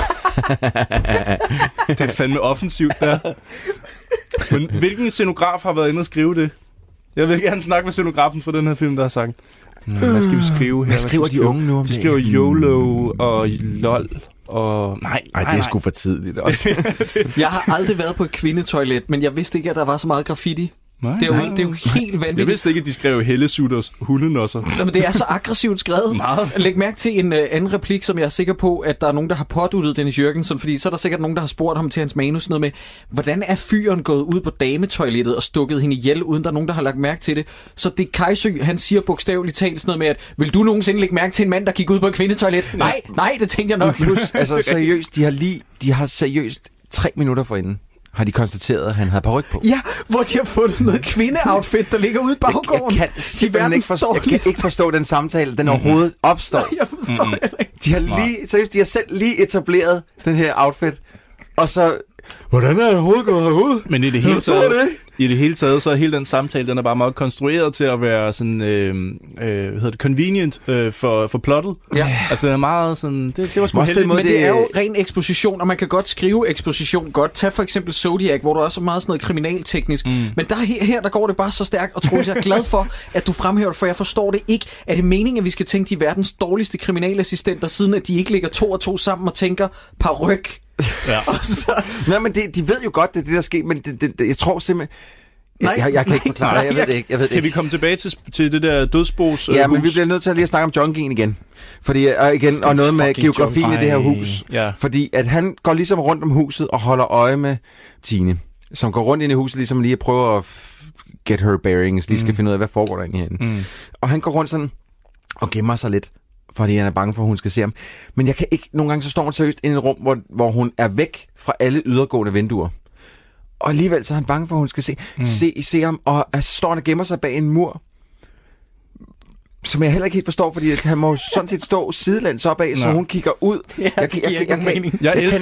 Det er fandme offensivt der. Men hvilken scenograf har været inde og skrive det? Jeg vil gerne snakke med scenografen for den her film, der har sagt, hvad skal vi skrive her? Hvad skriver de unge nu om det? De skriver YOLO og LOL og... Nej, det er sgu for tidligt også. Jeg har aldrig været på et kvindetoilet, men jeg vidste ikke, at der var så meget graffiti. Det er jo helt vanvittigt. Jeg vidste ikke, at de skrev Helle sutters hundenosser. Men det er så aggressivt skrevet. Meget. Læg mærke til en anden replik, som jeg er sikker på, at der er nogen, der har påduttet Dennis Jørgensen, fordi så er der sikkert nogen, der har spurgt ham til hans manus noget med, hvordan er fyren gået ud på dametoilettet og stukket hende ihjel, uden der er nogen, der har lagt mærke til det. Så det Kai-Sø, han siger bogstaveligt talt sådan noget med, at vil du nogensinde lægge mærke til en mand, der gik ud på et kvindetoilet? Nej, det tænkte jeg nok. Plus, altså seriøst, de har seriøst 3 minutter forinden. Har de konstateret, at han havde paryk på? Ja, hvor de har fundet noget kvindeoutfit, der ligger ude i baggården. Jeg kan ikke forstå den samtale, den overhovedet opstår. Nej, jeg forstår det ikke. De har selv lige etableret den her outfit, og så hvordan er jeg hovedet gået herud? Men i det hele taget, så er hele den samtale, den er bare meget konstrueret til at være sådan, convenient for plottet. Ja. Altså, det er meget sådan, det var sgu heldigt. Men det er jo ren eksposition, og man kan godt skrive eksposition godt. Tag for eksempel Zodiac, hvor der også er meget sådan noget kriminalteknisk. Men her der går det bare så stærkt, og Troels, jeg er glad for, at du fremhæver det, for jeg forstår det ikke. Er det meningen, at vi skal tænke de verdens dårligste kriminalassistenter, siden at de ikke lægger 2 og 2 sammen og tænker paryk? Ja. Nej, men de ved jo godt, det er det, der sker, men jeg tror simpelthen... Jeg kan ikke forklare det, jeg ved det ikke. Kan vi komme tilbage til det der dødsbos Ja, men hus? vi bliver nødt til at lige at snakke om John igen. Fordi, og noget med geografien i det her hus. Ja. Fordi at han går ligesom rundt om huset og holder øje med Tine, som går rundt ind i huset ligesom lige at prøve at get her bearings, lige skal finde ud af, hvad foregår der egentlig herinde. Og han går rundt sådan og gemmer sig lidt, fordi han er bange for, at hun skal se ham. Men jeg kan ikke, nogle gange så står hun seriøst inde i et rum, hvor hun er væk fra alle ydergående vinduer. Og alligevel så er han bange for, at hun skal se ham, og står han og gemmer sig bag en mur, som jeg heller ikke helt forstår, fordi han må sådan set stå sidelæns opad, så hun kigger ud. Ja, det giver ikke mening.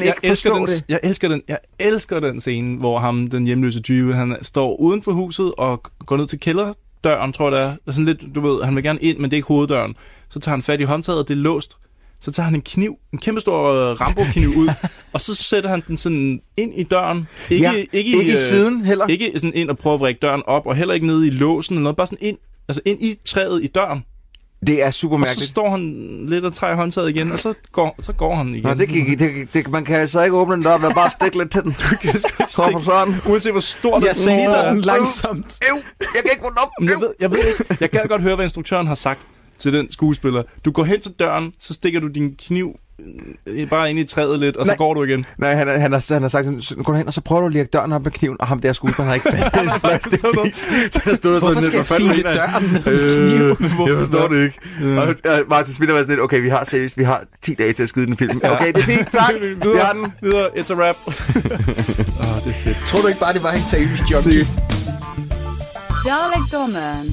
Jeg elsker den scene, hvor ham, den hjemløse tyve, han står uden for huset og går ned til kælderdøren, tror jeg det er. Sådan lidt, du ved, han vil gerne ind, men det er ikke hoveddøren. Så tager han fat i håndtaget, og det er låst. Så tager han en kniv, en kæmpestor Rambo-kniv ud, og så sætter han den sådan ind i døren. Ikke i siden heller. Ikke sådan ind og prøve at vrikke døren op, og heller ikke nede i låsen eller noget. Bare sådan ind i træet i døren. Det er super mærkeligt. Og så står han lidt og træder håndtaget igen, og så går han igen. Nå, man kan altså ikke åbne den dør, men bare stikke lidt til den. Du kan sgu ikke stikke sådan. Uanset hvor stor den snitter den langsomt. Jeg kan ikke rundt op. Jeg ved ikke. Jeg kan godt høre, hvad instruktøren har sagt til den skuespiller. Du går hen til døren, så stikker du din kniv bare ind i træet lidt, og så går du igen. Nej, han har sagt, så går du hen, og så prøver du at lægge døren op med kniven, og ham der skuespiller har ikke fattet en flot. Så der stod hvorfor skal jeg file døren med kniv? Jeg forstår det ikke. Og Martin Smidt var sådan lidt, okay, vi har 10 dage til at skyde den film. Okay, det er fint, tak. Vi har den. Videre, it's a wrap. Det er fedt. Tror du ikke bare, det var en seriøs junkie? Seriøst. Dalekdommeren.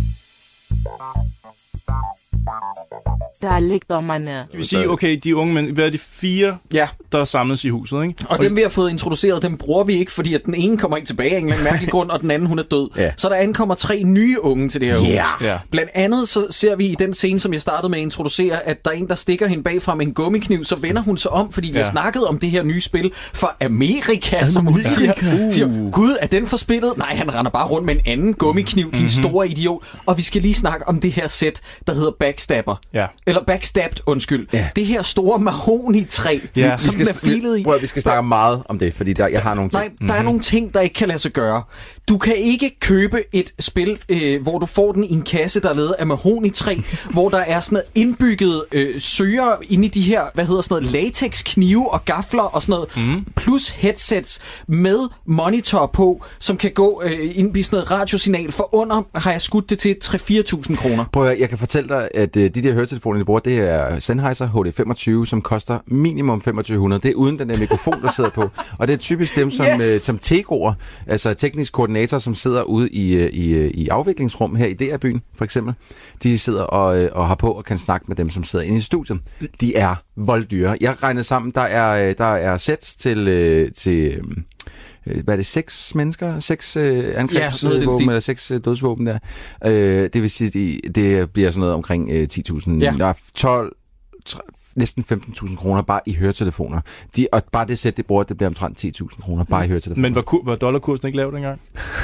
Dalekdommerne. Skal vi sige, okay, de unge mænd, hvad er de 4, der samles i huset, ikke? Og dem vi har fået introduceret, dem bruger vi ikke, fordi at den ene kommer ikke tilbage af en eller anden mærkelig grund, og den anden hun er død. Ja. Så der ankommer 3 nye unge til det her hus. Ja. Blandt andet så ser vi i den scene, som jeg startede med at introducere, at der er en, der stikker hende bagfra med en gummikniv, så vender hun sig om, fordi vi har snakket om det her nye spil fra Amerika, som hun siger, gud, er den forspillet? Nej, han render bare rundt med en anden gummikniv, din store idiot. Og vi skal lige snakke om det her sæt, der hedder Backstabber. Ja. Eller Backstabbed, undskyld. Ja. Det her store mahogni-træ, som er filet i. Vi skal snakke meget om det, fordi jeg har nogle ting. Nej, der er nogle ting, der ikke kan lade sig gøre. Du kan ikke købe et spil, hvor du får den i en kasse, der er lavet af mahogni-træ, hvor der er sådan noget indbygget søger inde i de her, latex-knive og gafler og sådan noget, plus headsets med monitor på, som kan gå ind i sådan noget radiosignal. For under har jeg skudt det til 3-4.000 kroner. Prøv at, jeg kan fortælle dig, at de der høretelefoner, de bruger, det er Sennheiser HD25, som koster minimum 2500. Det er uden den der mikrofon, der sidder på. Og det er typisk dem, som tegoer, altså teknisk koordinator, som sidder ude i afviklingsrum her i DR-byen, for eksempel. De sidder og har på og kan snakke med dem, som sidder inde i studiet. De er volddyre. Jeg regnede sammen, der er sets til hvad er det, 6 mennesker? 6 angrebsvåben eller 6 dødsvåben der. Det vil sige, det bliver sådan noget omkring 10.000. Der er 12, næsten 15.000 kroner bare i høretelefoner. Og bare det sæt, det bruger, det bliver omtrent 10.000 kroner bare i høretelefoner. Men var dollarkursen ikke lav dengang?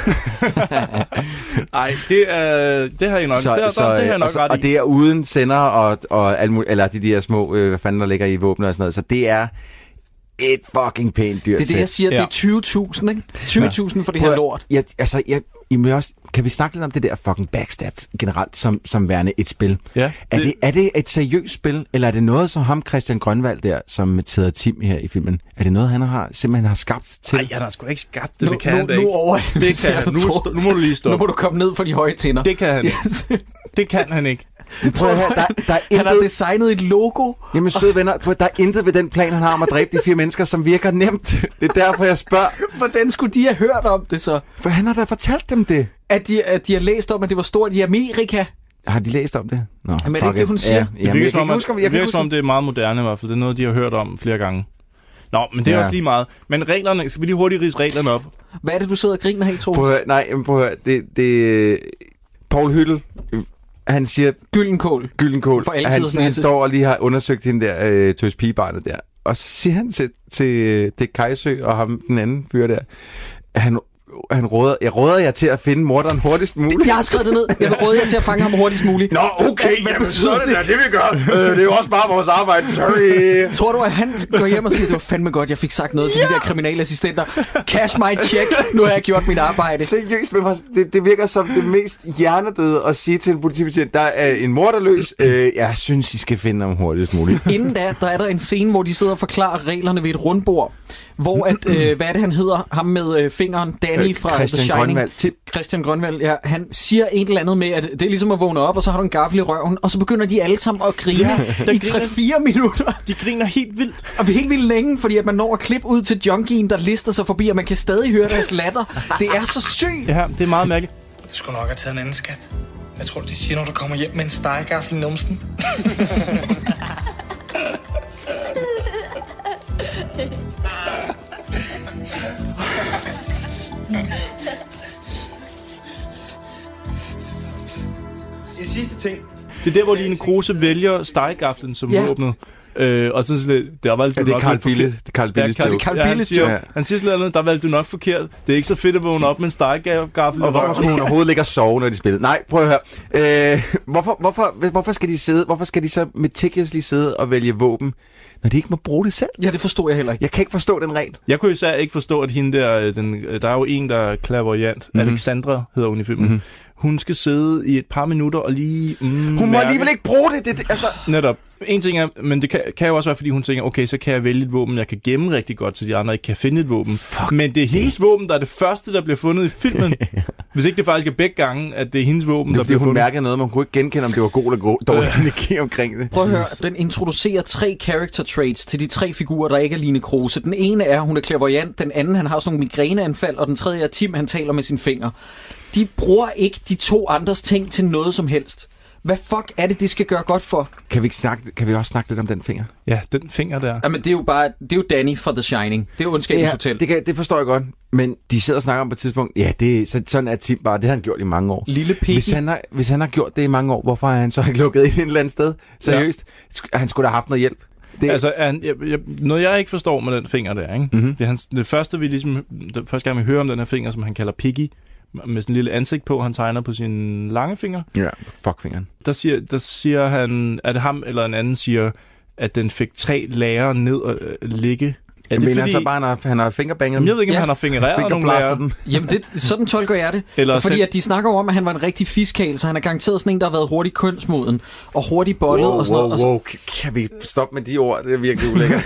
Nej, det har jeg nok. Det har jeg nok ret i. Og det er uden sender og eller de der små, hvad fanden der ligger i våbner og sådan noget. Så det er et fucking pænt dyrt. Det er det, jeg siger. Det er 20.000, ikke? 20.000 for det her lort. Kan vi snakke lidt om det der fucking backstabs generelt som værende et spil? Ja. Er det et seriøst spil, eller er det noget, som ham Christian Grønvald der, som hedder Tim her i filmen, er det noget, han simpelthen har skabt til? Nej, han har sgu ikke skabt det. Det kan han da ikke. Nu må du lige stoppe. Nu må du komme ned for de høje tænder. Det kan han ikke. Det kan han ikke. Prøv at høre, han har designet et logo. Jamen søde venner, der er intet ved den plan, han har om at dræbe de 4 mennesker, som virker nemt. Det er derfor, jeg spørger. Hvordan skulle de have hørt om det så? For han har da fortalt dem det. At de har læst om, at det var stort i Amerika. Har de læst om det? Nå, men er det ikke det, hun siger? Det virker som om, det er meget moderne i hvert fald. Det er noget, de har hørt om flere gange. Nå, men det er også lige meget. Men reglerne, skal vi lige hurtigt ridse reglerne op? Hvad er det, du sidder og griner helt, Troels? Prøv at høre. Det Paul Hyttel, han siger... Gyldenkål. For altid. Han står og lige har undersøgt hende der Tøs Pigebarnet der. Og så siger han til det Kajsø og ham, den anden fyr der, jeg råder jer til at finde morderen hurtigst muligt. Jeg har skrevet det ned. Jeg vil råde jer til at fange ham hurtigst muligt. Nå, okay. Jamen, så er det da det, vi gør. Det er jo også bare vores arbejde. Sorry. Tror du, at han går hjem og siger, det var fandme godt, jeg fik sagt noget til de der kriminalassistenter. Cash my check. Nu har jeg gjort mit arbejde. Seriøst, det virker som det mest hjernedøde at sige til en politibetjent, der er en morderløs. Jeg synes, I skal finde ham hurtigst muligt. Inden da, der er der en scene, hvor de sidder og forklarer reglerne ved et rundbord. Hvor at, hvad er det, han hedder? Ham med fingeren, Danny fra The Shining. Christian Grønvald, ja. Han siger et eller andet med, at det er ligesom at vågne op, og så har du en gaffel i røven, og så begynder de alle sammen at grine i 3-4 minutter. De griner helt vildt. Og vi er helt vildt længe, fordi at man når at klippe ud til junkien, der lister sig forbi, og man kan stadig høre deres latter. Det er så sygt. Ja, det er meget mærkeligt. Du skulle nok have taget en anden skat. Jeg tror, de siger, når du kommer hjem med en stegegaffel i numsen. En sidste ting. Det er der, hvor Line Kruse vælger stegegaflen som våbnet. Og så der valgte du nok Carl Bille. Det er Carl Billes joke. Han siger sådan noget, der valgte du nok forkert. Det er ikke så fedt at vågne op med en stegegaffel. Og hvorfor skulle hun overhovedet ligge og sove, når de spillede? Nej, prøv at høre. Hvorfor skal de sidde? Hvorfor skal de så meticulously sidde og vælge våben, når de ikke må bruge det selv? Ja, det forstår jeg heller ikke. Jeg kan ikke forstå den regel. Jeg kunne især ikke forstå, at hende der er jo en, der er clairvoyant. Alexandra hedder hun i filmen. Hun skal sidde i et par minutter og lige... hun må alligevel ikke bruge det. Altså... Netop. En ting er, men det kan jo også være, fordi hun tænker, okay, så kan jeg vælge et våben, jeg kan gemme rigtig godt, så de andre ikke kan finde et våben. Men det er hendes våben, der er det første, der bliver fundet i filmen. Hvis ikke det faktisk er begge gange, at det er hendes våben, der bliver fundet. Hun mærkede noget, men hun kunne ikke genkende, om det var god eller dårlig energi omkring det. Prøv at høre, den introducerer 3 character traits til de 3 figurer, der ikke er Line Kruse. Den ene er, hun er clairvoyant, den anden, han har sådan nogle migræneanfald, og den tredje er Tim, han taler med sine fingre. De bruger ikke de 2 andres ting til noget som helst. Hvad fuck er det, de skal gøre godt for? Kan vi også snakke lidt om den finger? Ja, den finger der. Jamen, det er jo Danny fra The Shining. Det er jo Ondskabens Hotel. Det forstår jeg godt. Men de sidder og snakker om på et tidspunkt, sådan er Tim bare, det har han gjort i mange år. Lille Piggy. Hvis han har gjort det i mange år, hvorfor har han så ikke lukket ind et eller andet sted? Seriøst. Ja. Han skulle da have haft noget hjælp. Altså, noget jeg ikke forstår med den finger der, ikke? Mm-hmm. Det første gang vi hører om den her finger, som han kalder Piggy, med sådan en lille ansigt på, han tegner på sin lange finger. Ja, fuckfingeren. Der siger han, er det ham eller en anden siger, at den fik 3 lærer ned og ligge. Er det mener fordi... han så bare, han har fingerbanget? Jeg ved ikke, om han har fingereret nogle lærer. Jamen, sådan tolker jeg det. Fordi at de snakker om, at han var en rigtig fiskal, så han er garanteret sådan en, der har været hurtigt kønsmoden og hurtigt bollet og sådan noget. Wow. Kan vi stoppe med de ord? Det er virkelig ulækkert.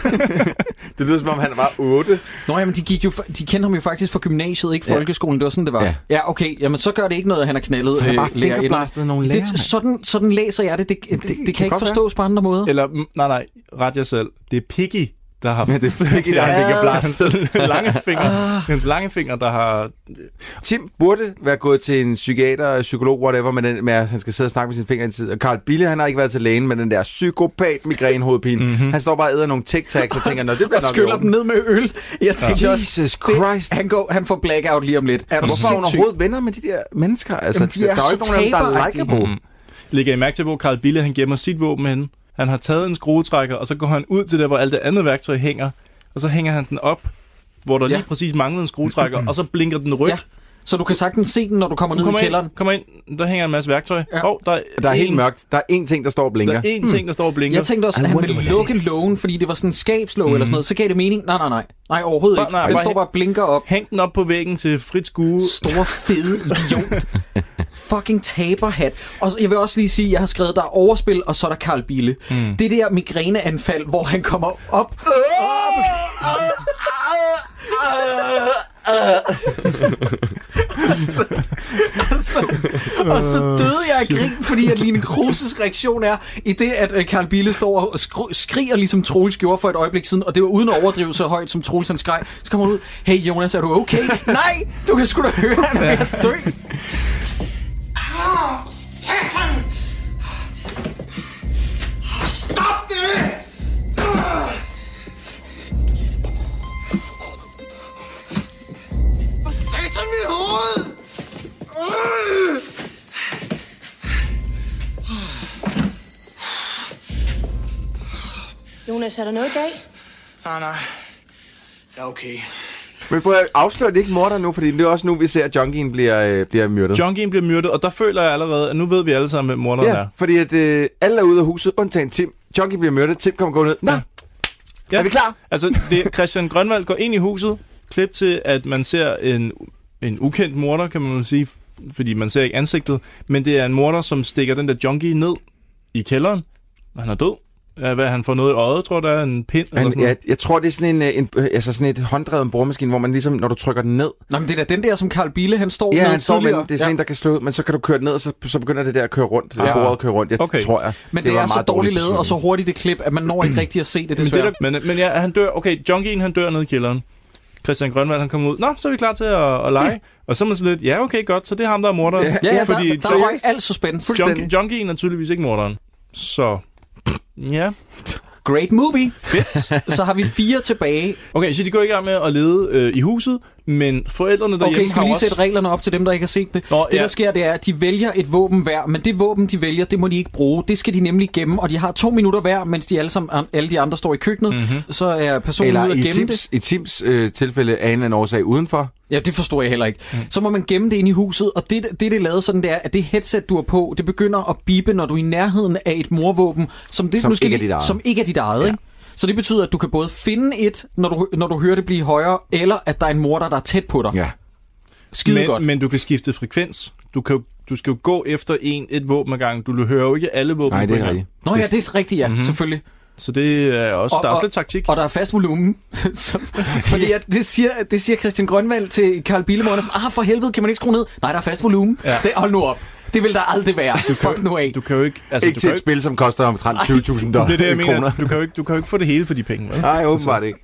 Det lyder som om, han var 8. Nå, jamen, de kendte ham jo faktisk fra gymnasiet, ikke folkeskolen. Det var sådan, det var. Ja, okay. Jamen, så gør det ikke noget, at han har knaldet. Så han har bare fingerblastet nogle lærer. Sådan læser jeg det. Det kan ikke forstås på andre måder. Eller, nej, ret jer selv. Det er Piggy, der har hans lange finger, der har... Tim burde være gået til en psykiater, psykolog, whatever, med at han skal sidde og snakke med sine fingre i en tid. Og Carl Bille, han har ikke været til lægen med den der psykopat-migrænehovedpine. Mm-hmm. Han står bare og æder nogle tic-tacs og tænker, det bliver nok skyller dem ned med øl. Jeg tænker Jesus Christ. Han får blackout lige om lidt. Hvorfor er hun overhovedet venner med de der mennesker? Altså, der er jo ikke nogen af dem, der er likeable. Lægger I mærke til, hvor Carl Bille, han gemmer sit våben henne? Han har taget en skruetrækker, og så går han ud til der, hvor alt det andet værktøj hænger, og så hænger han den op, hvor der lige præcis manglede en skruetrækker, og så blinker den rødt. Ja. Så du kan sagtens se den, når du kommer ned i kælderen. Kommer ind, der hænger en masse værktøj. Ja. Der er helt mørkt. Der er én ting, der står og blinker. Jeg tænkte også, at han ville lukke lågen, fordi det var sådan en skabslåg eller sådan noget. Så gav det mening. Nej, overhovedet ikke. Den står bare og blinker op. Hæng den op på væggen til frit skue. Stor fede idiot. Fucking taberhat. Og jeg vil også lige sige, at jeg har skrevet, der er overspil, og så er der Carl Bille. Det der migræneanfald, hvor han kommer op. Og så døde jeg af grin, fordi at Line Kruses reaktion er, i det at Carl Bille står og skriger, ligesom Troels gjorde for et øjeblik siden, og det var uden at overdrive så højt, som Troels han skreg, så kommer han ud, hey Jonas, er du okay? Nej, du kan sgu da høre, han er ved at dø. Satan! Stop det! Jonas, er der noget galt? Nej. Jeg er okay. Men prøv at afsløre det ikke morder nu, fordi det er også nu, vi ser, at Junkien bliver myrdet. Junkien bliver myrdet, og der føler jeg allerede, at nu ved vi alle sammen, hvem morderen er. Ja, fordi at alle er ude af huset, undtagen Tim. Junkien bliver myrdet, Tim kommer gå ned. Nå, er vi klar? Altså, Christian Grønvald går ind i huset, klip til, at man ser en ukendt morder, kan man sige, fordi man ser ikke ansigtet, men det er en morder, som stikker den der junkie ned i kælderen, og han er død. Hvad, han får noget i øjet, tror der er en pind eller sådan noget. Jeg tror, det er sådan et hånddrevet boremaskine, hvor man ligesom, når du trykker den ned... Nå, men det er da den der, som Carl Bille, han står med han står med tidligere. det er sådan en, der kan slå ud, men så kan du køre den ned, og så begynder det der at køre rundt. Bordet kører rundt, tror jeg. Men det er så dårligt lavet, og så hurtigt det klip, at man når ikke rigtig at se det, desværre. Men ja, han dør. Okay, Junkien, han dør nede i kælderen. Christian Grønvald, han kommer ud. Nå, så er vi klar til at lege. Og så er man sådan lidt, ja, okay, godt, så det er ham, der er morderen. Ja, fordi der er alt suspens. Junkien er tydeligvis ikke morderen. Så, ja... Great movie. Fedt. Så har vi 4 tilbage. Okay, så de går i gang med at lede i huset, men forældrene derhjemme Okay, skal vi lige sætte reglerne op til dem, der ikke har set det? Der sker, det er, at de vælger et våben hver, men det våben, de vælger, det må de ikke bruge. Det skal de nemlig gemme, og de har 2 minutter hver, mens de alle de andre står i køkkenet. Så er personen ude at gemme det. I Tims tilfælde af en eller anden årsag udenfor. Ja, det forstår jeg heller ikke. Så må man gemme det inde i huset, og det er lavet sådan, det er, at det headset, du har på, det begynder at bippe, når du er i nærheden af et mordvåben, som ikke er dit eget. Ja. Ikke? Så det betyder, at du kan både finde et, når du hører det blive højere, eller at der er en morder, der er tæt på dig. Ja. Skide godt. Men du kan skifte frekvens. Du skal jo gå efter et våben ad gangen. Du hører jo ikke alle våben. Nej, det er rigtigt. Nå ja, det er rigtigt, ja. Selvfølgelig. Så det er også, der er også lidt taktik. Og der er fast volumen. Fordi at det siger Christian Grønvald til Carl Billemånd. For helvede, kan man ikke skrue ned? Nej, der er fast volumen. Ja. Hold nu op. Det vil der aldrig være. Fuck nu af. Du kan jo ikke... Altså, ikke til et spil, som koster omtrent 20.000 $. Det er det, jeg mener. Du kan jo ikke få det hele for de penge. Vel? Nej, åbenbart ikke.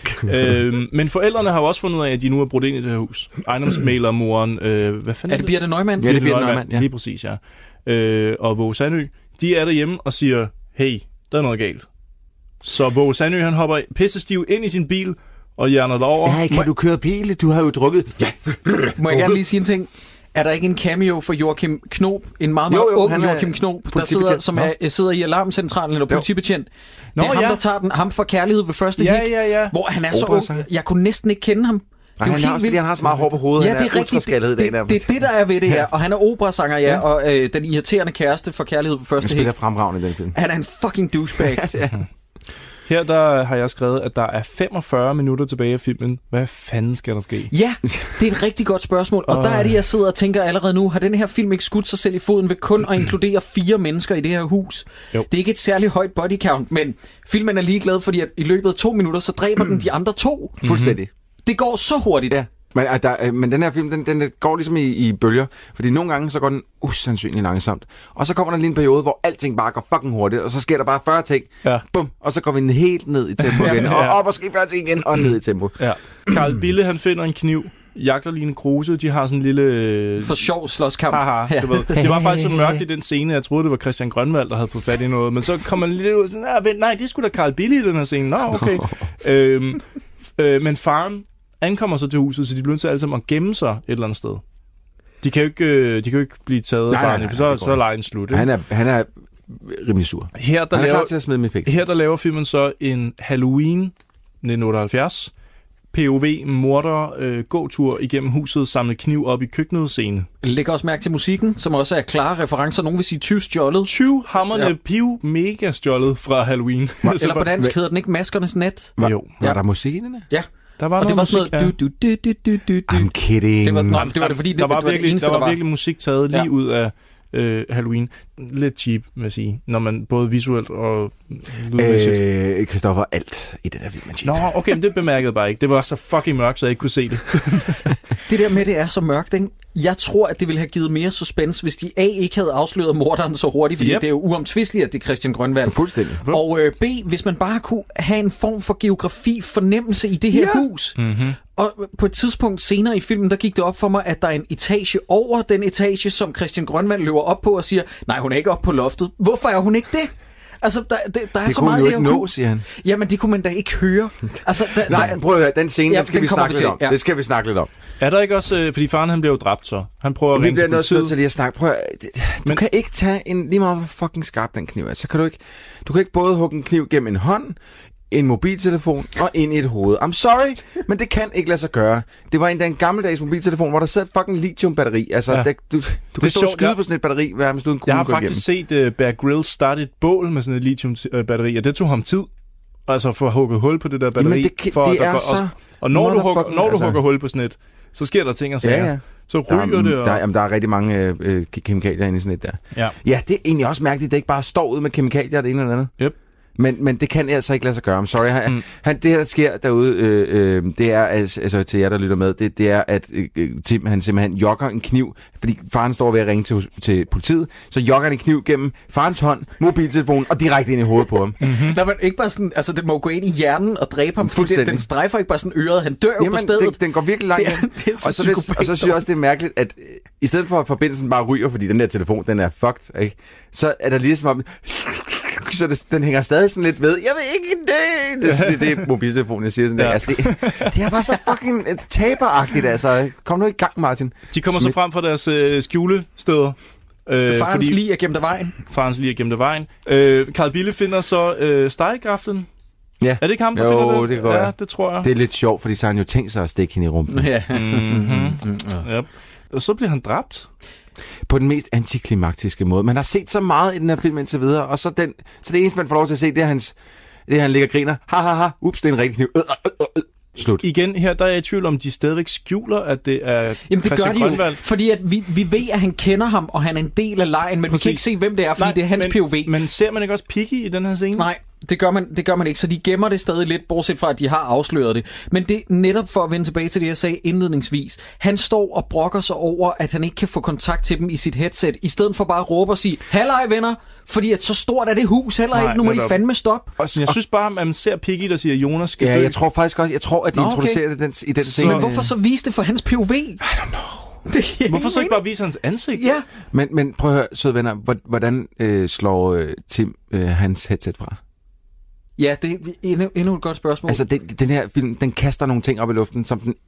Men forældrene har jo også fundet ud af, at de nu er brudt ind i det her hus. Ejendomsmæglermoren... hvad fanden er det Birthe Neumann? Ja, det er Birthe Neumann. Ja. Lige præcis, ja. Og Våge Sandø, de er derhjemme og siger, hey, der er noget galt. Så Våge Sandø, han hopper pissestiv ind i sin bil og hjerner derover. Ja, kan du køre bil? Du har jo drukket. Ja. Må jeg gerne lige sige en ting? Er der ikke en cameo for Joachim Knob? En meget, meget ung Joachim Knob, der sidder i alarmcentralen eller politibetjent. Det er ham, der tager ham for kærlighed ved første hik. Ja. Hvor han er så ung. Jeg kunne næsten ikke kende ham. Det er helt vildt. Fordi han har så meget hår på hovedet. Ja, det er rigtigt. Det er det, der er ved det her. Og han er operasanger, ja. Og den irriterende kæreste for kærlighed ved første hik. Han spiller fremragende i den film. Han er en fucking douchebag. Her der har jeg skrevet, at der er 45 minutter tilbage af filmen. Hvad fanden skal der ske? Ja, det er et rigtig godt spørgsmål. Og der er det, jeg sidder og tænker allerede nu. Har den her film ikke skudt sig selv i foden ved kun at inkludere 4 mennesker i det her hus? Jo. Det er ikke et særligt højt body count, men filmen er ligeglad, fordi at i løbet af 2 minutter, så dræber den de andre 2. Fuldstændig. Det går så hurtigt. Ja. Men den her film, den går ligesom i bølger. Fordi nogle gange, så går den usandsynligt langsomt. Og så kommer der lige en periode, hvor alting bare går fucking hurtigt. Og så sker der bare 40 ting. Ja. Bum. Og så går vi helt ned i tempo igen. Og op og sker 40 ting igen. Og ned i tempo. Ja. Carl Bille, han finder en kniv. Jagter Line Kruse, de har sådan en lille... For sjov slåskamp. Ja. Det var faktisk så mørkt i den scene, jeg troede, det var Christian Grønvald, der havde fået fat i noget. Men så kom man lidt ud og sådan, nej, det er sgu da Carl Bille i den her scene. Nå, okay. Men faren ankommer så til huset, så de bliver nødt til alle sammen at gemme sig et eller andet sted. De kan jo ikke blive taget af faren, for så er lejen slut. Han er rimelig sur. Han er klar til at smide med fængsel. Her der laver filmen så en Halloween 1978 POV-morder gåtur igennem huset, samle kniv op i køkkenet scene. Lægger også mærke til musikken, som også er klare referencer. Nogen vil sige 20 stjålet. 20 hammerne piv mega stjålet fra Halloween. Eller på dansk hedder den ikke Maskernes Net? Var der musik i den? Ja. Der var det var sådan noget I'm kidding. Det var det fordi der var virkelig musik taget lige ud af Halloween. Lidt cheap, vil jeg sige, når man både visuelt og lydmæssigt. Christoffer, alt i det der film. Nå, okay, men det bemærkede bare ikke. Det var så fucking mørkt, så jeg ikke kunne se det. Det der med, det er så mørkt, ikke? Jeg tror, at det ville have givet mere suspense, hvis de A ikke havde afsløret morderen så hurtigt, fordi det er jo uomtvisteligt, at det er Christian Grønvald. Fuldstændig. Og B, hvis man bare kunne have en form for geografi-fornemmelse i det her hus. Mm-hmm. Og på et tidspunkt senere i filmen, der gik det op for mig, at der er en etage over den etage, som Christian Grønvald løber op på og siger, nej, hun er ikke oppe på loftet. Hvorfor er hun ikke det? Altså, der er så meget... Det kunne jo ikke nå, siger han. Jamen, det kunne man da ikke høre. Altså, nej, prøv at høre, den scene, den skal vi snakke lidt om. Ja. Det skal vi snakke lidt om. Er der ikke også... fordi faren, han bliver jo dræbt, så. Han prøver at ringe til politiet. Vi bliver nødt til lige at snakke. Prøv du kan ikke tage en... Lige meget fucking skarp den kniv. Altså, du kan ikke både hugge en kniv gennem en hånd, en mobiltelefon og ind i et hoved. I'm sorry, men det kan ikke lade sig gøre. Det var en gammeldags mobiltelefon, hvor der sad et fucking lithium-batteri. Altså, Ja. du kan stå og skyde på sådan et batteri, hver hvis du en kugle Jeg har går faktisk set Bear Grylls starte et bål med sådan et lithium-batteri, og det tog ham tid. Altså for at hugge hul på det der batteri. Jamen, det er så... Og når du hugger hul på sådan et, så sker der ting og sager. Ja. Så ryger det. Og... Der er rigtig mange kemikalier inde i sådan et der. Ja, det er egentlig også mærkeligt, at det ikke bare står ud med kemikalier det ene eller andet. Yep. Men det kan altså ikke lade sig gøre. I'm sorry. Det her, der sker derude, det er, altså til jer, der lytter med, det er, at Tim, han simpelthen jogger en kniv, fordi faren står ved at ringe til politiet, så jogger han en kniv gennem farens hånd, mobiltelefonen og direkte ind i hovedet på ham. Nej, men ikke bare sådan, altså det må gå ind i hjernen og dræbe ham, fordi den strejfer ikke bare sådan øret, han dør jo på stedet. Den går virkelig langt hen. Og så synes jeg også, det er mærkeligt, at i stedet for at forbindelsen bare ryger, fordi den der telefon, den er fucked, ikke? Så er der lige som om... Så den hænger stadig sådan lidt ved. Jeg vil ikke det er mobiltelefonen, jeg siger sådan der. Altså, det er bare så fucking taberagtigt, altså. Kom nu i gang, Martin. De kommer så frem fra deres skjulesteder. Farens lige er gemt af vejen. Farens lige er gemt af vejen. Carl Bille finder så stegegaflen. Ja. Er det ikke ham, der finder det? Det går jeg. Det tror jeg. Det er lidt sjovt, fordi så har han jo tænkt sig at stikke hende i rumpen. Ja. Ja. Og så bliver han dræbt. På den mest antiklimaktiske måde. Man har set så meget i den her film indtil videre, og så det eneste, man får lov til at se, det er han ligger og griner. Ha. Ups, det er en rigtig kniv. Slut. Igen her, der er jeg i tvivl om, de stadigvæk skjuler, at det er Jamen det Christian gør de Grønvald. jo, fordi at vi ved, at han kender ham, og han er en del af lejen, men vi kan ikke se, hvem det er, fordi det er hans POV. Men ser man ikke også Piggy i den her scene? Nej, det gør man ikke, så de gemmer det stadig lidt, bortset fra, at de har afsløret det. Men det er netop for at vende tilbage til det, jeg sagde indledningsvis. Han står og brokker sig over, at han ikke kan få kontakt til dem i sit headset, i stedet for bare at råbe og sige, halløj venner, fordi at så stort er det hus heller ikke, nu må de fandme stoppe. Jeg synes bare, at man ser Piggy, der siger, Jonas skal dø. Jeg tror faktisk også, at de introducerer det i den scene. Men hvorfor så vise det for hans POV? I don't know. Hvorfor så ikke bare vise hans ansigt? Ja. Men prøv at høre, søde venner, hvordan slår Tim hans headset fra? Ja, det er endnu et godt spørgsmål. Altså, den her film, den kaster nogle ting op i luften, som den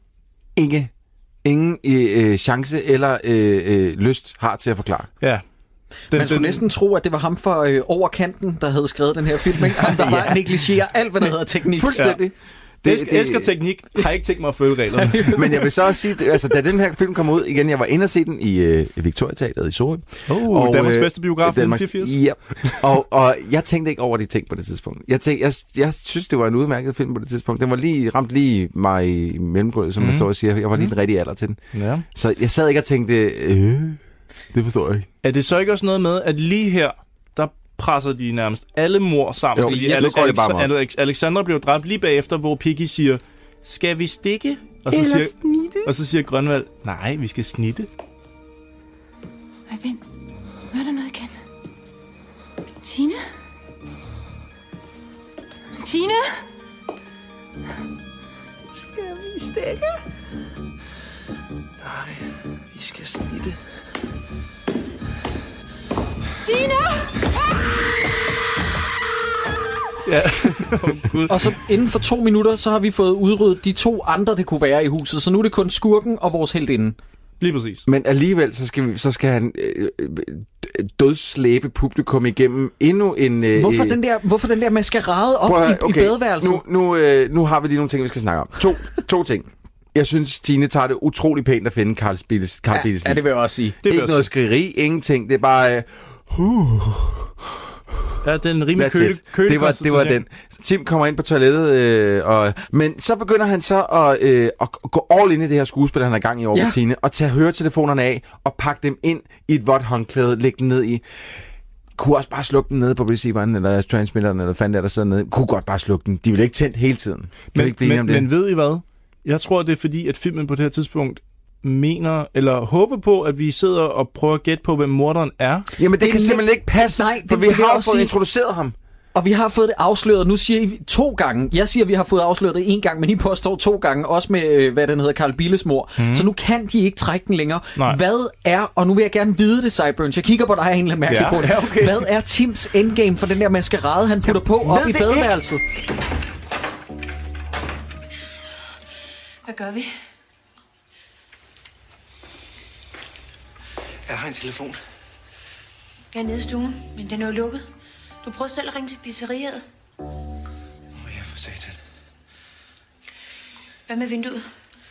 ingen chance eller lyst har til at forklare. Ja. Man skulle næsten tro, at det var ham fra Over Kanten, der havde skrevet den her film, ikke? Han, der bare negligerer alt, hvad der hedder teknik. Fuldstændig. Ja. Det elsker teknik, har ikke tænkt mig at følge reglerne. Men jeg vil så også sige, altså da den her film kom ud, igen, jeg var inde og se den i Victoria Teatret i Sorø. Danmarks bedste biograf, 1984. Ja, og jeg tænkte ikke over de ting på det tidspunkt. Jeg synes, det var en udmærket film på det tidspunkt. Den var ramt lige mig i mellemgulvet, som man står og siger. Jeg var lige den rigtige alder til den. Ja. Så jeg sad ikke og tænkte, det forstår jeg ikke. Er det så ikke også noget med, at lige her, der presser de nærmest alle mor sammen? Jo, fordi Alexandra blev dræbt lige bagefter, hvor Piggy siger, skal vi stikke? Og så siger Grønvald, nej, vi skal snitte. Ej, vent. Nu er der noget igen. Tine? Tine? Skal vi stikke? Nej, vi skal snitte. Tine! Ja. Og så inden for 2 minutter, så har vi fået udryddet de 2 andre, det kunne være i huset. Så nu er det kun skurken og vores heltinde. Lige præcis. Men alligevel, så skal han dødslæbe publikum igennem endnu en... Hvorfor den der maskerade op i badeværelset? Nu har vi lige nogle ting, vi skal snakke om. To ting. Jeg synes, Tine tager det utrolig pænt at finde Carl Billes. Ja, det vil jeg også sige. Det er ikke noget skrigeri, ingenting. Det er bare... Ja, det er en rimelig kølig det var den. Tim kommer ind på toilettet, men så begynder han så at gå all ind i det her skuespil, han er gang i over med Tine, og tage høretelefonerne af og pakke dem ind i et vådt håndklæde, lægge den ned i. Kunne også bare slukke den nede på receiveren, eller transmitteren, eller fandt der sidder nede. Kunne godt bare slukke den. De vil ikke tændt hele tiden. Men ved I hvad? Jeg tror, det er fordi, at filmen på det her tidspunkt mener, eller håber på, at vi sidder og prøver at gætte på, hvem morderen er. Jamen, det kan simpelthen ikke passe, for vi har jo fået introduceret ham. Og vi har fået det afsløret. Nu siger I 2 gange. Jeg siger, at vi har fået afsløret det 1 gang, men I påstår 2 gange. Også med, hvad den hedder, Carl Billes mor. Så nu kan de ikke trække den længere. Nej. Hvad er, og nu vil jeg gerne vide det, Cyburns. Jeg kigger på dig en eller anden mærkelig på det. Ja, okay. Hvad er Tims endgame for den der maskerade, han putter på op i badeværelset? Hvad gør vi? Jeg har en telefon. Jeg er nede i stuen, men den er jo lukket. Du prøver selv at ringe til pizzeriet. Jeg er for for satan. Hvad med vinduet?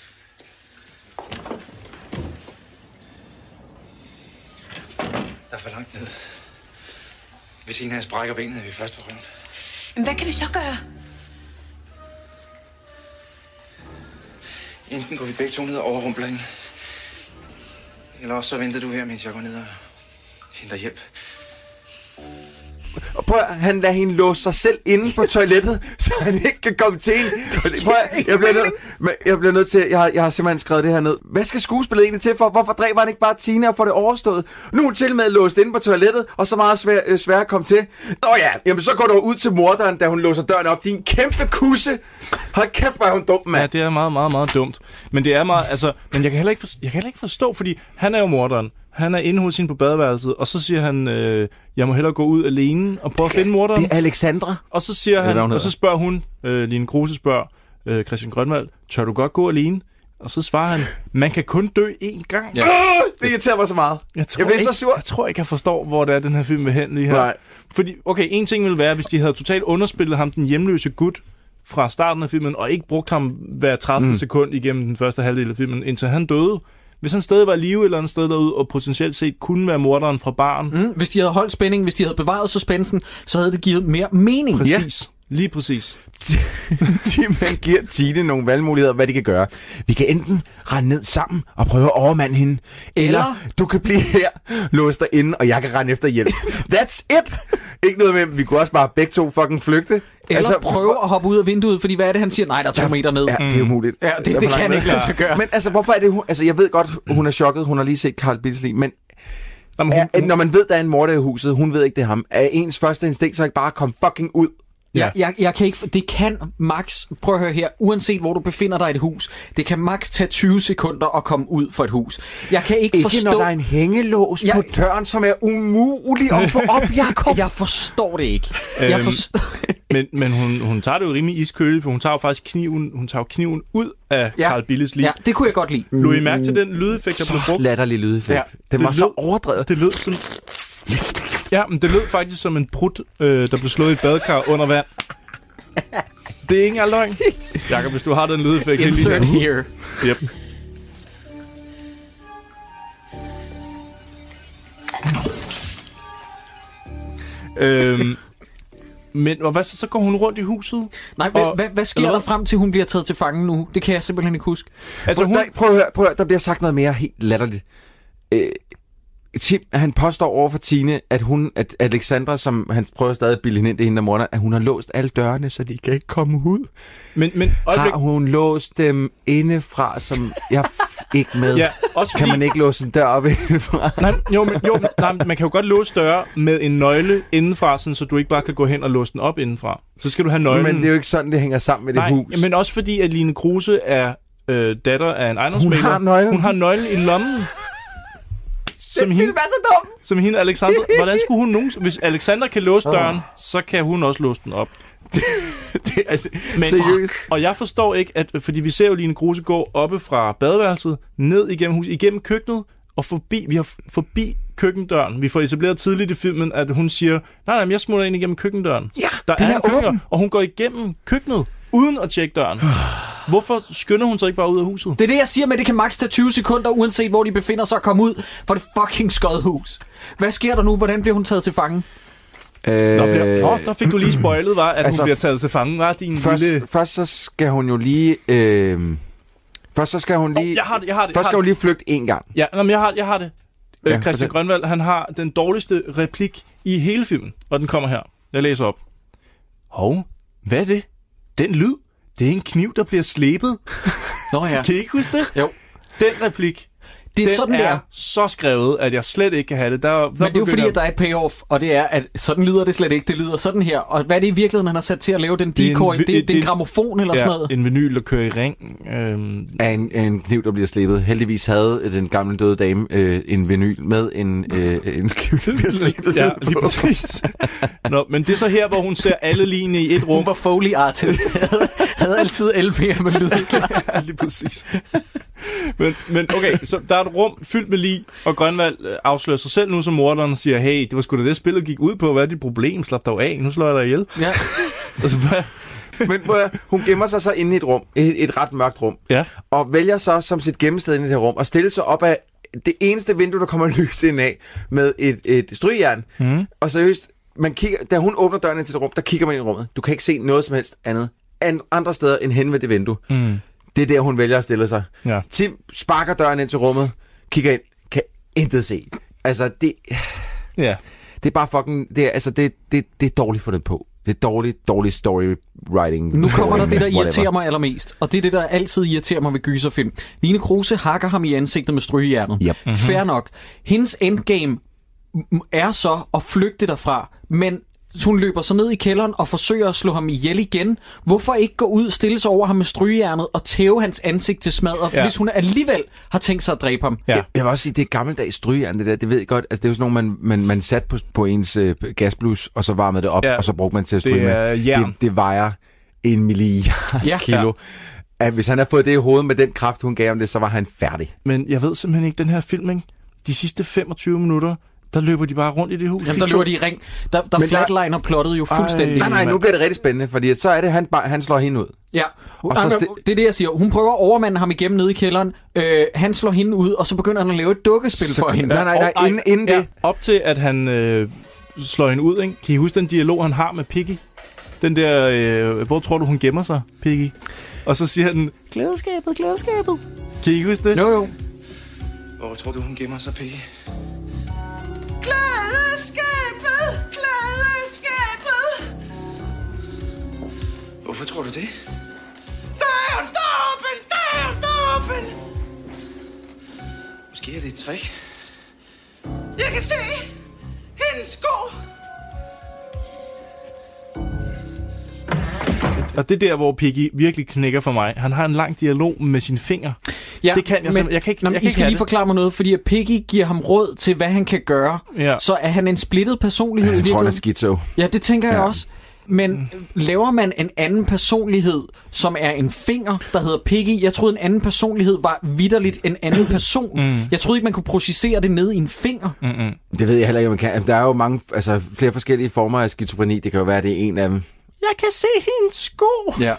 Der er for langt ned. Hvis en af os brækker benet, er vi først på røven. Jamen, hvad kan vi så gøre? Enten går vi begge to ned og overrumpler hende. Eller også så venter du her, mens jeg går ned og henter hjælp. Og prøv at, han lader hende låse sig selv inde på toilettet, så han ikke kan komme til hende. Prøv at, jeg bliver nødt til, jeg har simpelthen skrevet det her ned. Hvad skal skuespillet egentlig til for? Hvorfor dræber han ikke bare Tina og får det overstået? Nu er hun til med låst inde på toilettet, og så meget svært at komme til. Nå ja, jamen så går du ud til morderen, da hun låser døren op. Din kæmpe kusse. Hold kæft, hvor er hun dum, mand. Ja, det er meget, meget, meget dumt. Men det er meget, altså, men jeg kan heller ikke forstå, fordi han er jo morderen. Han er inde hos hende på badeværelset, og så siger han, jeg må hellere gå ud alene og prøve at finde morderen. Det er Alexandra. Og så siger han, og så spørger hun, Line Kruse spørger Christian Grønvald, tør du godt gå alene? Og så svarer han, man kan kun dø én gang. Ja. Det irriterer mig så meget. Jeg bliver så sur. Jeg tror ikke, jeg forstår, hvor det er, den her film vil hen lige her. Nej. Fordi, okay, en ting ville være, hvis de havde totalt underspillet ham, den hjemløse gut, fra starten af filmen, og ikke brugt ham hver 30. sekund igennem den første halvdel af filmen, indtil han døde. Hvis han stadig var i live et eller andet sted derude, og potentielt set kunne være morderen fra baren. Hvis de havde holdt spændingen, hvis de havde bevaret suspensen, så havde det givet mere mening. Præcis. Ja. Lige præcis. Man giver Tine nogle valgmuligheder, hvad de kan gøre. Vi kan enten rende ned sammen og prøve at overmande hende, eller du kan blive her, låse dig inde, og jeg kan rende efter hjælp. That's it! Ikke noget med, vi kunne også bare begge to fucking flygte. Eller prøve at hoppe ud af vinduet, fordi hvad er det, han siger? Nej, der er 2 meter ned. Ja, det er umuligt. Ja, det kan ikke lade sig gøre. Men altså, hvorfor er det hun... Altså, jeg ved godt, hun er chokket. Hun har lige set Carl Bilsli, men... når man ved, der er en morder i huset, hun ved ikke, det er ham. Er ens første instinkt så ikke bare at komme fucking ud? Ja. Jeg kan ikke... Det kan max... Prøv at høre her. Uanset hvor du befinder dig i et hus, det kan max tage 20 sekunder at komme ud for et hus. Jeg kan ikke forstå... Ikke når der er en hængelås på døren, som er umulig at få op, Jacob. Jeg forstår det ikke. Men hun tager det jo rimelig iskøle, for hun tager jo faktisk kniven ud af Carl Billes liv. Ja, det kunne jeg godt lide. Lå I mærke til den lydeffekt, der blev brugt? Så latterlig lydeffekt. Ja, det var så overdrevet. Det lød som... Ja, men det lød faktisk som en prut, der blev slået i et badekar under vand. Det er ikke engang løgn. Jakob, hvis du har den lydeffekt... Insert here. Yep. Men hvad så går hun rundt i huset? Nej, hvad sker der frem til, hun bliver taget til fange nu? Det kan jeg simpelthen ikke huske. Altså, prøv at høre, der bliver sagt noget mere helt latterligt. Tim, han påstår over for Tine, at Alexandra, som han prøver stadig at bilde hende ind, det hende der morder, at hun har låst alle dørene, så de kan ikke komme ud. Men har hun låst dem indefra, som jeg ikke med? Ja, også kan man ikke låse en dør op indefra? Nej, man kan jo godt låse døre med en nøgle indenfra, sådan, så du ikke bare kan gå hen og låse den op indenfra. Så skal du have nøglen. Men det er jo ikke sådan, det hænger sammen med det hus. Men også fordi, at Line Kruse er datter af en ejendomsmægler. Hun har nøglen i lommen. Som hende Alexandra. Hvordan skulle hun nogensinde... Hvis Alexandra kan låse døren, så kan hun også låse den op. Det altså, men, seriøst. Og jeg forstår ikke, at... Fordi vi ser jo Line Kruse gå oppe fra badeværelset, ned igennem huset, igennem køkkenet, og forbi køkkendøren. Vi får etableret tidligt i filmen, at hun siger, nej, jeg smutter ind igennem køkkendøren. Ja, der er en køkken, og hun går igennem køkkenet, uden at tjekke døren. Hvorfor skynder hun så ikke bare ud af huset? Det er det, jeg siger med, det kan maks tage 20 sekunder, uanset hvor de befinder sig, at komme ud for det fucking skodhus. Hvad sker der nu? Hvordan bliver hun taget til fange? Der fik du lige spoilet, var, at hun bliver taget til fange. Var din først så skal hun jo lige... Først så skal hun lige... Først skal hun lige flygte en gang. Ja, men jeg har det. Christian Grønvald, han har den dårligste replik i hele filmen, og den kommer her. Jeg læser op. Hvad er det? Den lyd? Det er en kniv, der bliver slebet. Nå ja. Kan I ikke huske det? Jo. Den replik, det er sådan, er så skrevet, at jeg slet ikke kan have det. Men det er jo fordi, at der er et payoff, og det er, at sådan lyder det slet ikke. Det lyder sådan her. Og hvad er det i virkeligheden, han har sat til at lave den decoy? Det er en gramofon eller sådan noget? En vinyl, der kører i ring. Af en kniv, der bliver slebet. Heldigvis havde den gamle døde dame en vinyl med en kniv, der bliver slebet. Ja, lige præcis. Nå, men det er så her, hvor hun ser alle linje i et rum. Hun var Foley artist. havde altid LP'er med lyd. Ja, lige præcis. Men okay, så der er et rum fyldt med lig, og Grønvald afslører sig selv nu som morderen og siger, hey, det var sgu da det spillet gik ud på, hvad er dit problem? Slap dig af, nu slår jeg dig ihjel. Ja. Men hun gemmer sig så inde i et rum, et ret mørkt rum, og vælger så som sit gemmested inde i det her rum, og stille sig op af det eneste vindue, der kommer lys ind af, med et strygejern. Og seriøst, man kigger, da hun åbner døren ind til det rum, der kigger man ind i rummet. Du kan ikke se noget som helst andet andre steder end hen ved det vindue. Det er der, hun vælger at stille sig. Ja. Tim sparker døren ind til rummet, kigger ind, kan intet se. Altså, det er bare fucking... Det er dårligt for det på. Det er dårlig story writing. Nu kommer der det, der irriterer mig allermest. Og det er det, der altid irriterer mig ved gyserfilm. Line Kruse hakker ham i ansigtet med strygejernet. Yep. Fair nok. Hendes endgame er så at flygte derfra, men hun løber så ned i kælderen og forsøger at slå ham ihjel igen. Hvorfor ikke gå ud, stille sig over ham med strygejernet og tæve hans ansigt til smadret, hvis hun alligevel har tænkt sig at dræbe ham? Ja. Jeg vil også sige, det er gammeldags strygejern, det der. Det ved jeg godt. Altså, det er jo sådan nogle, man satte på ens gasblus, og så varmede det op, og så brugte man til at stryge med. Det vejer 1 milliard kilo. At hvis han havde fået det i hovedet med den kraft, hun gav ham det, så var han færdig. Men jeg ved simpelthen ikke, den her film, ikke? De sidste 25 minutter, der løber de bare rundt i det hus. Jamen, der løber de i ring. Der flatliner plottet jo fuldstændig. Nej, nu bliver det rigtig spændende, fordi så er det, han slår hende ud. Ja, det er det, jeg siger. Hun prøver at overmande ham igennem nede i kælderen. Han slår hende ud, og så begynder han at lave et dukkespil for hende. Nej, inden det. Op til, at han slår hende ud, ikke? Kan I huske den dialog, han har med Piggy? Den der, hvor tror du, hun gemmer sig, Piggy? Og så siger han, klædeskabet. Kan I huske det? Jo. Hvor tror du, hun gemmer sig, Piggy? Klædeskabet! Hvorfor tror du det? Døren står åben! Måske er det et trick. Jeg kan se hendes sko! Og det er der, hvor Piggy virkelig knækker for mig. Han har en lang dialog med sine fingre. Ja, det kan jeg simpelthen. Jeg kan ikke I skal lige forklare mig noget, fordi at Piggy giver ham råd til, hvad han kan gøre. Ja. Så er han en splittet personlighed. Jeg tror, han er skizo. Ja, det tænker jeg også. Men laver man en anden personlighed, som er en finger, der hedder Piggy? Jeg troede, en anden personlighed var vitterligt en anden person. Jeg troede ikke, man kunne processere det ned i en finger. Det ved jeg heller ikke, man kan. Der er jo mange, flere forskellige former af skizofreni. Det kan jo være, det er en af dem. Jeg kan se hendes sko. Ja.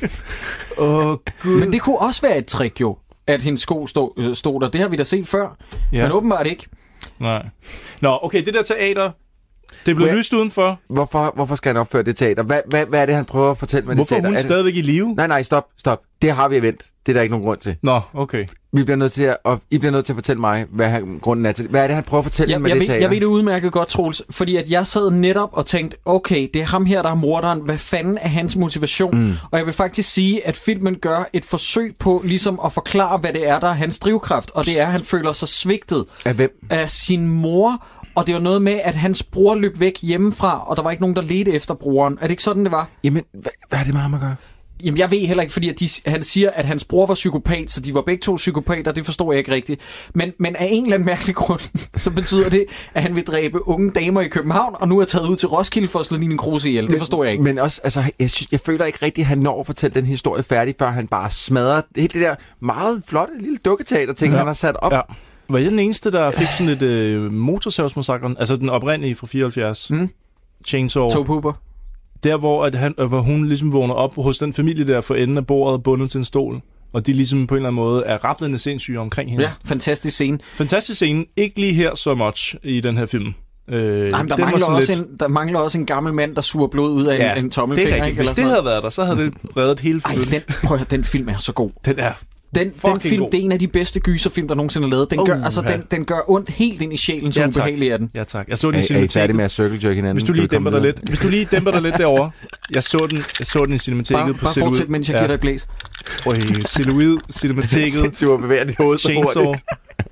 Gud. Men det kunne også være et trick jo, at hendes sko stod der. Det har vi da set før. Ja. Men åbenbart ikke. Nej. Nå, okay, det der teater, det blev lyst udenfor. Hvorfor skal han opføre det teater? Hvad er det, han prøver at fortælle med det teater? Hvorfor er hun stadigvæk i live? Nej, stop. Det har vi event. Det er der ikke nogen grund til. Nå, okay. I bliver nødt til at fortælle mig, hvad grunden er til. Hvad er det, han prøver at fortælle med det teater? Jeg ved det udmærket godt, Troels. Fordi at jeg sad netop og tænkte, okay, det er ham her, der er morderen. Hvad fanden er hans motivation? Og jeg vil faktisk sige, at filmen gør et forsøg på ligesom at forklare, hvad det er, der er hans drivkraft. Og det er, at han føler sig svigtet af hvem? Af sin mor. Og det var noget med, at hans bror løb væk hjemmefra, og der var ikke nogen, der ledte efter broren. Er det ikke sådan, det var? Jamen, hvad er det med ham at gøre? Jamen, jeg ved heller ikke, fordi at han siger, at hans bror var psykopat, så de var begge to psykopater, det forstår jeg ikke rigtigt. Men af en eller anden mærkelig grund, så betyder det, at han vil dræbe unge damer i København, og nu er taget ud til Roskilde for at slå Line Kruse ihjel. Det forstår jeg ikke. Men også, jeg føler ikke rigtigt, at han når at fortælle den historie færdig, før han bare smadrer helt det der meget flotte lille dukketeater-ting, han har sat op. Ja. Var jeg den eneste, der fik sådan et motorsavsmassakren, altså den oprindelige fra 74? Chainsaw. Togpooper. Der, hvor hun ligesom vågner op hos den familie der for enden af bordet, bundet til en stol. Og de ligesom på en eller anden måde er rablende sindssyge omkring hende. Ja, fantastisk scene. Fantastisk scene. Ikke lige her så much i den her film. Nej, men der mangler også en gammel mand, der suger blod ud af en tommelfinger. Det er rigtigt. Hvis det havde været der, så havde det reddet hele filmen. Den film er så god. Den er den film, det er en af de bedste gyserfilm, der nogensinde er lavet. Den gør ondt helt ind i sjælen, så ubehagelig er den. Ja, tak. Jeg så den i cinemateket. Er I færdig med at circle jerk hinanden? Hvis du lige dæmper dig lidt derovre. Jeg så den i cinemateket på Silhouette. Bare fortsæt, mens jeg giver dig et blæs. Silhouette, cinemateket. Sindssygt at bevæge dit hoved så hurtigt.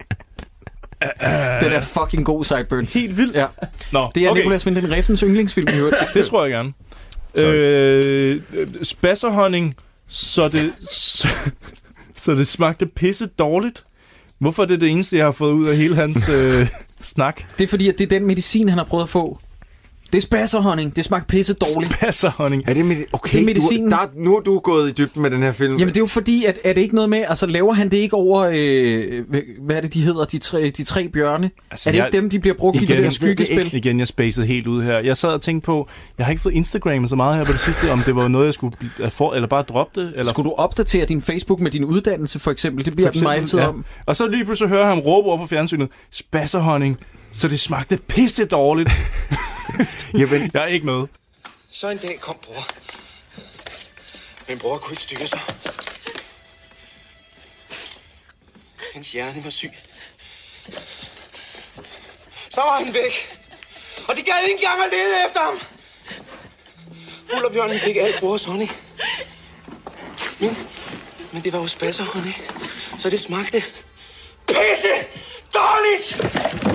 Den er fucking god, Sideburns. Helt vildt. Ja. Nå, det er Nicolas Winding Refns yndlingsfilm. Det tror jeg gerne. Spasserhonning, så det smagte pisse dårligt. Hvorfor er det eneste, jeg har fået ud af hele hans snak? Det er fordi, at det er den medicin, han har prøvet at få. Det er spasserhonning. Det smagte pisse dårligt. Spasserhonning. Er det okay, det er medicinen. Nu er du gået i dybden med den her film. Jamen det er jo fordi, at er det ikke noget med, altså laver han det ikke over, hvad er det de hedder, de tre bjørne? Altså, er det ikke dem, de bliver brugt i det der skyggespil? Igen, jeg spacede helt ud her. Jeg sad og tænkte på, jeg har ikke fået Instagram så meget her på det sidste, om det var noget, jeg skulle få, eller bare droppe det. Eller... Skulle du opdatere din Facebook med din uddannelse, for eksempel? Det bliver den mig altid om. Og så lige pludselig hører han råbe over på fjernsynet, spasserhonning, så det smagte pisse dårligt. Jamen. Jeg er ikke med. Så en dag kom bror. Men bror kunne ikke styre sig. Hans hjerne var syg. Så var han væk. Og de gad ikke engang at lede efter ham. Bullerbjørnen fik alt brors honning. Men det var jo spasserhonning. Så det smagte pisse dårligt.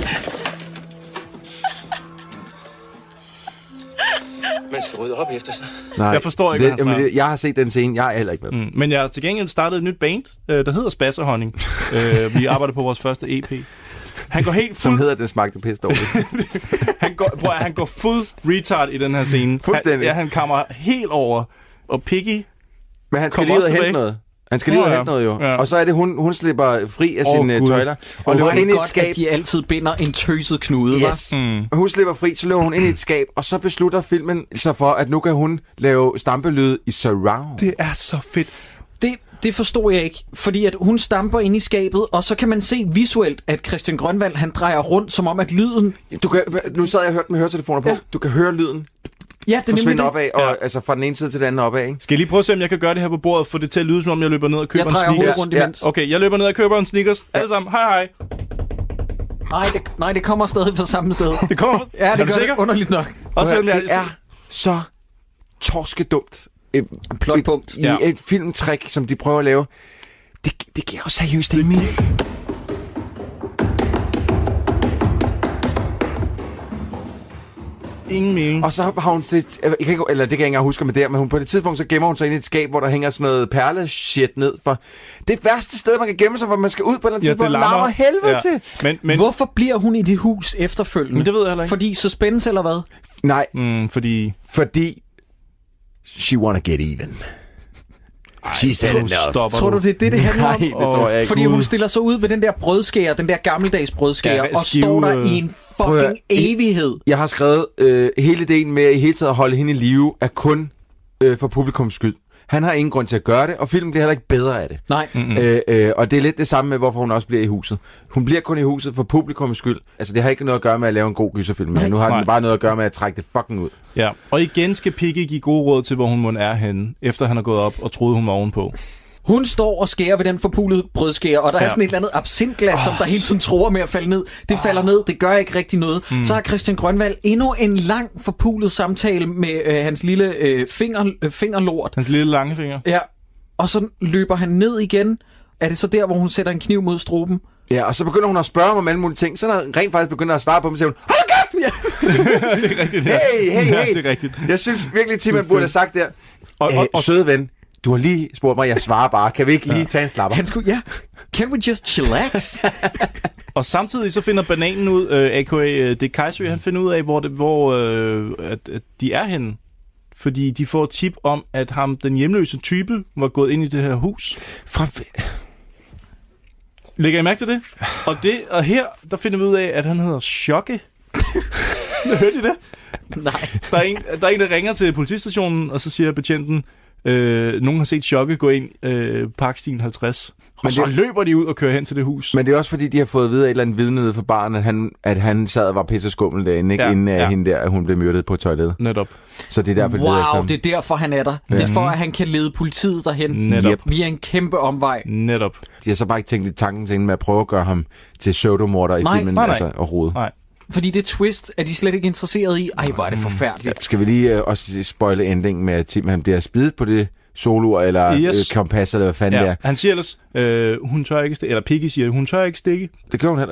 Man skal rydde op efter sig. Nej, jeg forstår ikke, jeg har set den scene. Jeg er heller ikke med. Men jeg har til gengæld startet et nyt band, der hedder Spasserhonning. Vi arbejder på vores første EP. Han går helt fuld... Som hedder Den smagte pisse dårligt. han går fuld retard i den her scene. Fuldstændig. Han kommer helt over. Og Piggy... Men han skal lige ud og hente noget. Han skal lige ud og hente noget, jo. Ja. Og så er det, hun slipper fri af sine tøjler. Og løber ind i et skab. At de altid binder en tøset knude, yes. Hun slipper fri, så løber hun ind i et skab, og så beslutter filmen sig for, at nu kan hun lave stampelyd i surround. Det er så fedt. Det forstår jeg ikke, fordi at hun stamper ind i skabet, og så kan man se visuelt, at Christian Grønvald, han drejer rundt, som om at lyden... Nu sad jeg og hørte med høretelefoner på. Ja. Du kan høre lyden. Ja, det forsvinder opad, og altså fra den ene side til den anden opad, ikke? Skal jeg lige prøve at se, om jeg kan gøre det her på bordet, for det til at lyde, som om jeg løber ned og køber en Snickers? Rundt imens. Okay, jeg løber ned og køber en Snickers. Alle sammen, hej. Nej, det kommer stadig fra samme sted. Det kommer? Ja, det gør det underligt nok. Det er så torskedumt. Plotpunkt. I et filmtrick, som de prøver at lave. Det giver jo seriøst ikke mening. Ingen mening. Og så har hun set, det kan jeg ikke engang huske med det, men på det tidspunkt, så gemmer hun sig ind i et skab, hvor der hænger sådan noget perle-shit ned. For det værste sted, man kan gemme sig, hvor man skal ud på et eller andet tidspunkt, larmer helvede til. Men hvorfor bliver hun i det hus efterfølgende? Men det ved jeg heller ikke. Fordi suspense, eller hvad? Nej. Fordi she wanna get even. Tror du, det er det handler om? Nej, det tror jeg ikke. Fordi hun stiller sig ud ved den der brødskærer, den der gammeldags brødskærer, og står der i en fucking evighed. Jeg har skrevet hele ideen med i hele tiden at holde hende i live, er kun for publikums skyld. Han har ingen grund til at gøre det, og filmen bliver heller ikke bedre af det. Nej. Og det er lidt det samme med, hvorfor hun også bliver i huset. Hun bliver kun i huset for publikums skyld. Altså, det har ikke noget at gøre med at lave en god gyserfilm. Nu har den bare noget at gøre med at trække det fucking ud. Ja, og igen skal Piggy give gode råd til, hvor hun må er henne, efter han er gået op og troede, hun var ovenpå. Hun står og skærer ved den forpulede brødskærer, og der er sådan et eller andet absintglas, som der hele tiden tror med at falde ned. Det falder ned, det gør ikke rigtig noget. Så har Christian Grønvald endnu en lang forpulet samtale med hans lille fingerlort. Hans lille lange finger. Ja, og så løber han ned igen. Er det så der, hvor hun sætter en kniv mod struben? Ja, og så begynder hun at spørge om alle mulige ting. Så når han rent faktisk begynder at svare på dem, så siger hun, hold kæft! Ja. Det er rigtigt. Ja. Hey. Det er rigtigt. Jeg synes virkelig, Tim burde have sagt der. Og søde ven, du har lige spurgt mig, jeg svarer bare. Kan vi ikke lige tage en slapper? Han skulle, can we just chillax? Og samtidig så finder Bananen ud, a.k.a. det Kajsø, han finder ud af, hvor at de er henne. Fordi de får tip om, at den hjemløse type var gået ind i det her hus. Lægger I mærke til det? Og her, der finder vi ud af, at han hedder Chokke. Hørte I det? Nej. Der er en, der ringer til politistationen, og så siger betjenten, nogen har set Chokke gå ind Parkstien 50. Og så løber de ud og kører hen til det hus. Men det er også fordi, de har fået at vide af et eller andet vidne nede for baren, at han sad og var pisseskummel derinde, ikke? Inden hende der, at hun blev myrdet på toilettet. Netop. Så det er derfor, det er derfor, han er der. Det er for, at han kan lede politiet derhen. Via en kæmpe omvej. Netop. De har så bare ikke tænkt lidt tanken til hende med at prøve at gøre ham til pseudomorder i filmen. Altså, overhovedet. Nej. Fordi det twist er de slet ikke interesseret i. Ej, hvor er det forfærdeligt. Ja, skal vi lige også spoile endingen med, at Tim han bliver spidet på det solur eller kompas, eller hvad fanden det er. Han siger ellers, hun tør ikke stikke, eller Piggy siger, hun tør ikke stikke. Det gør hun heller ikke.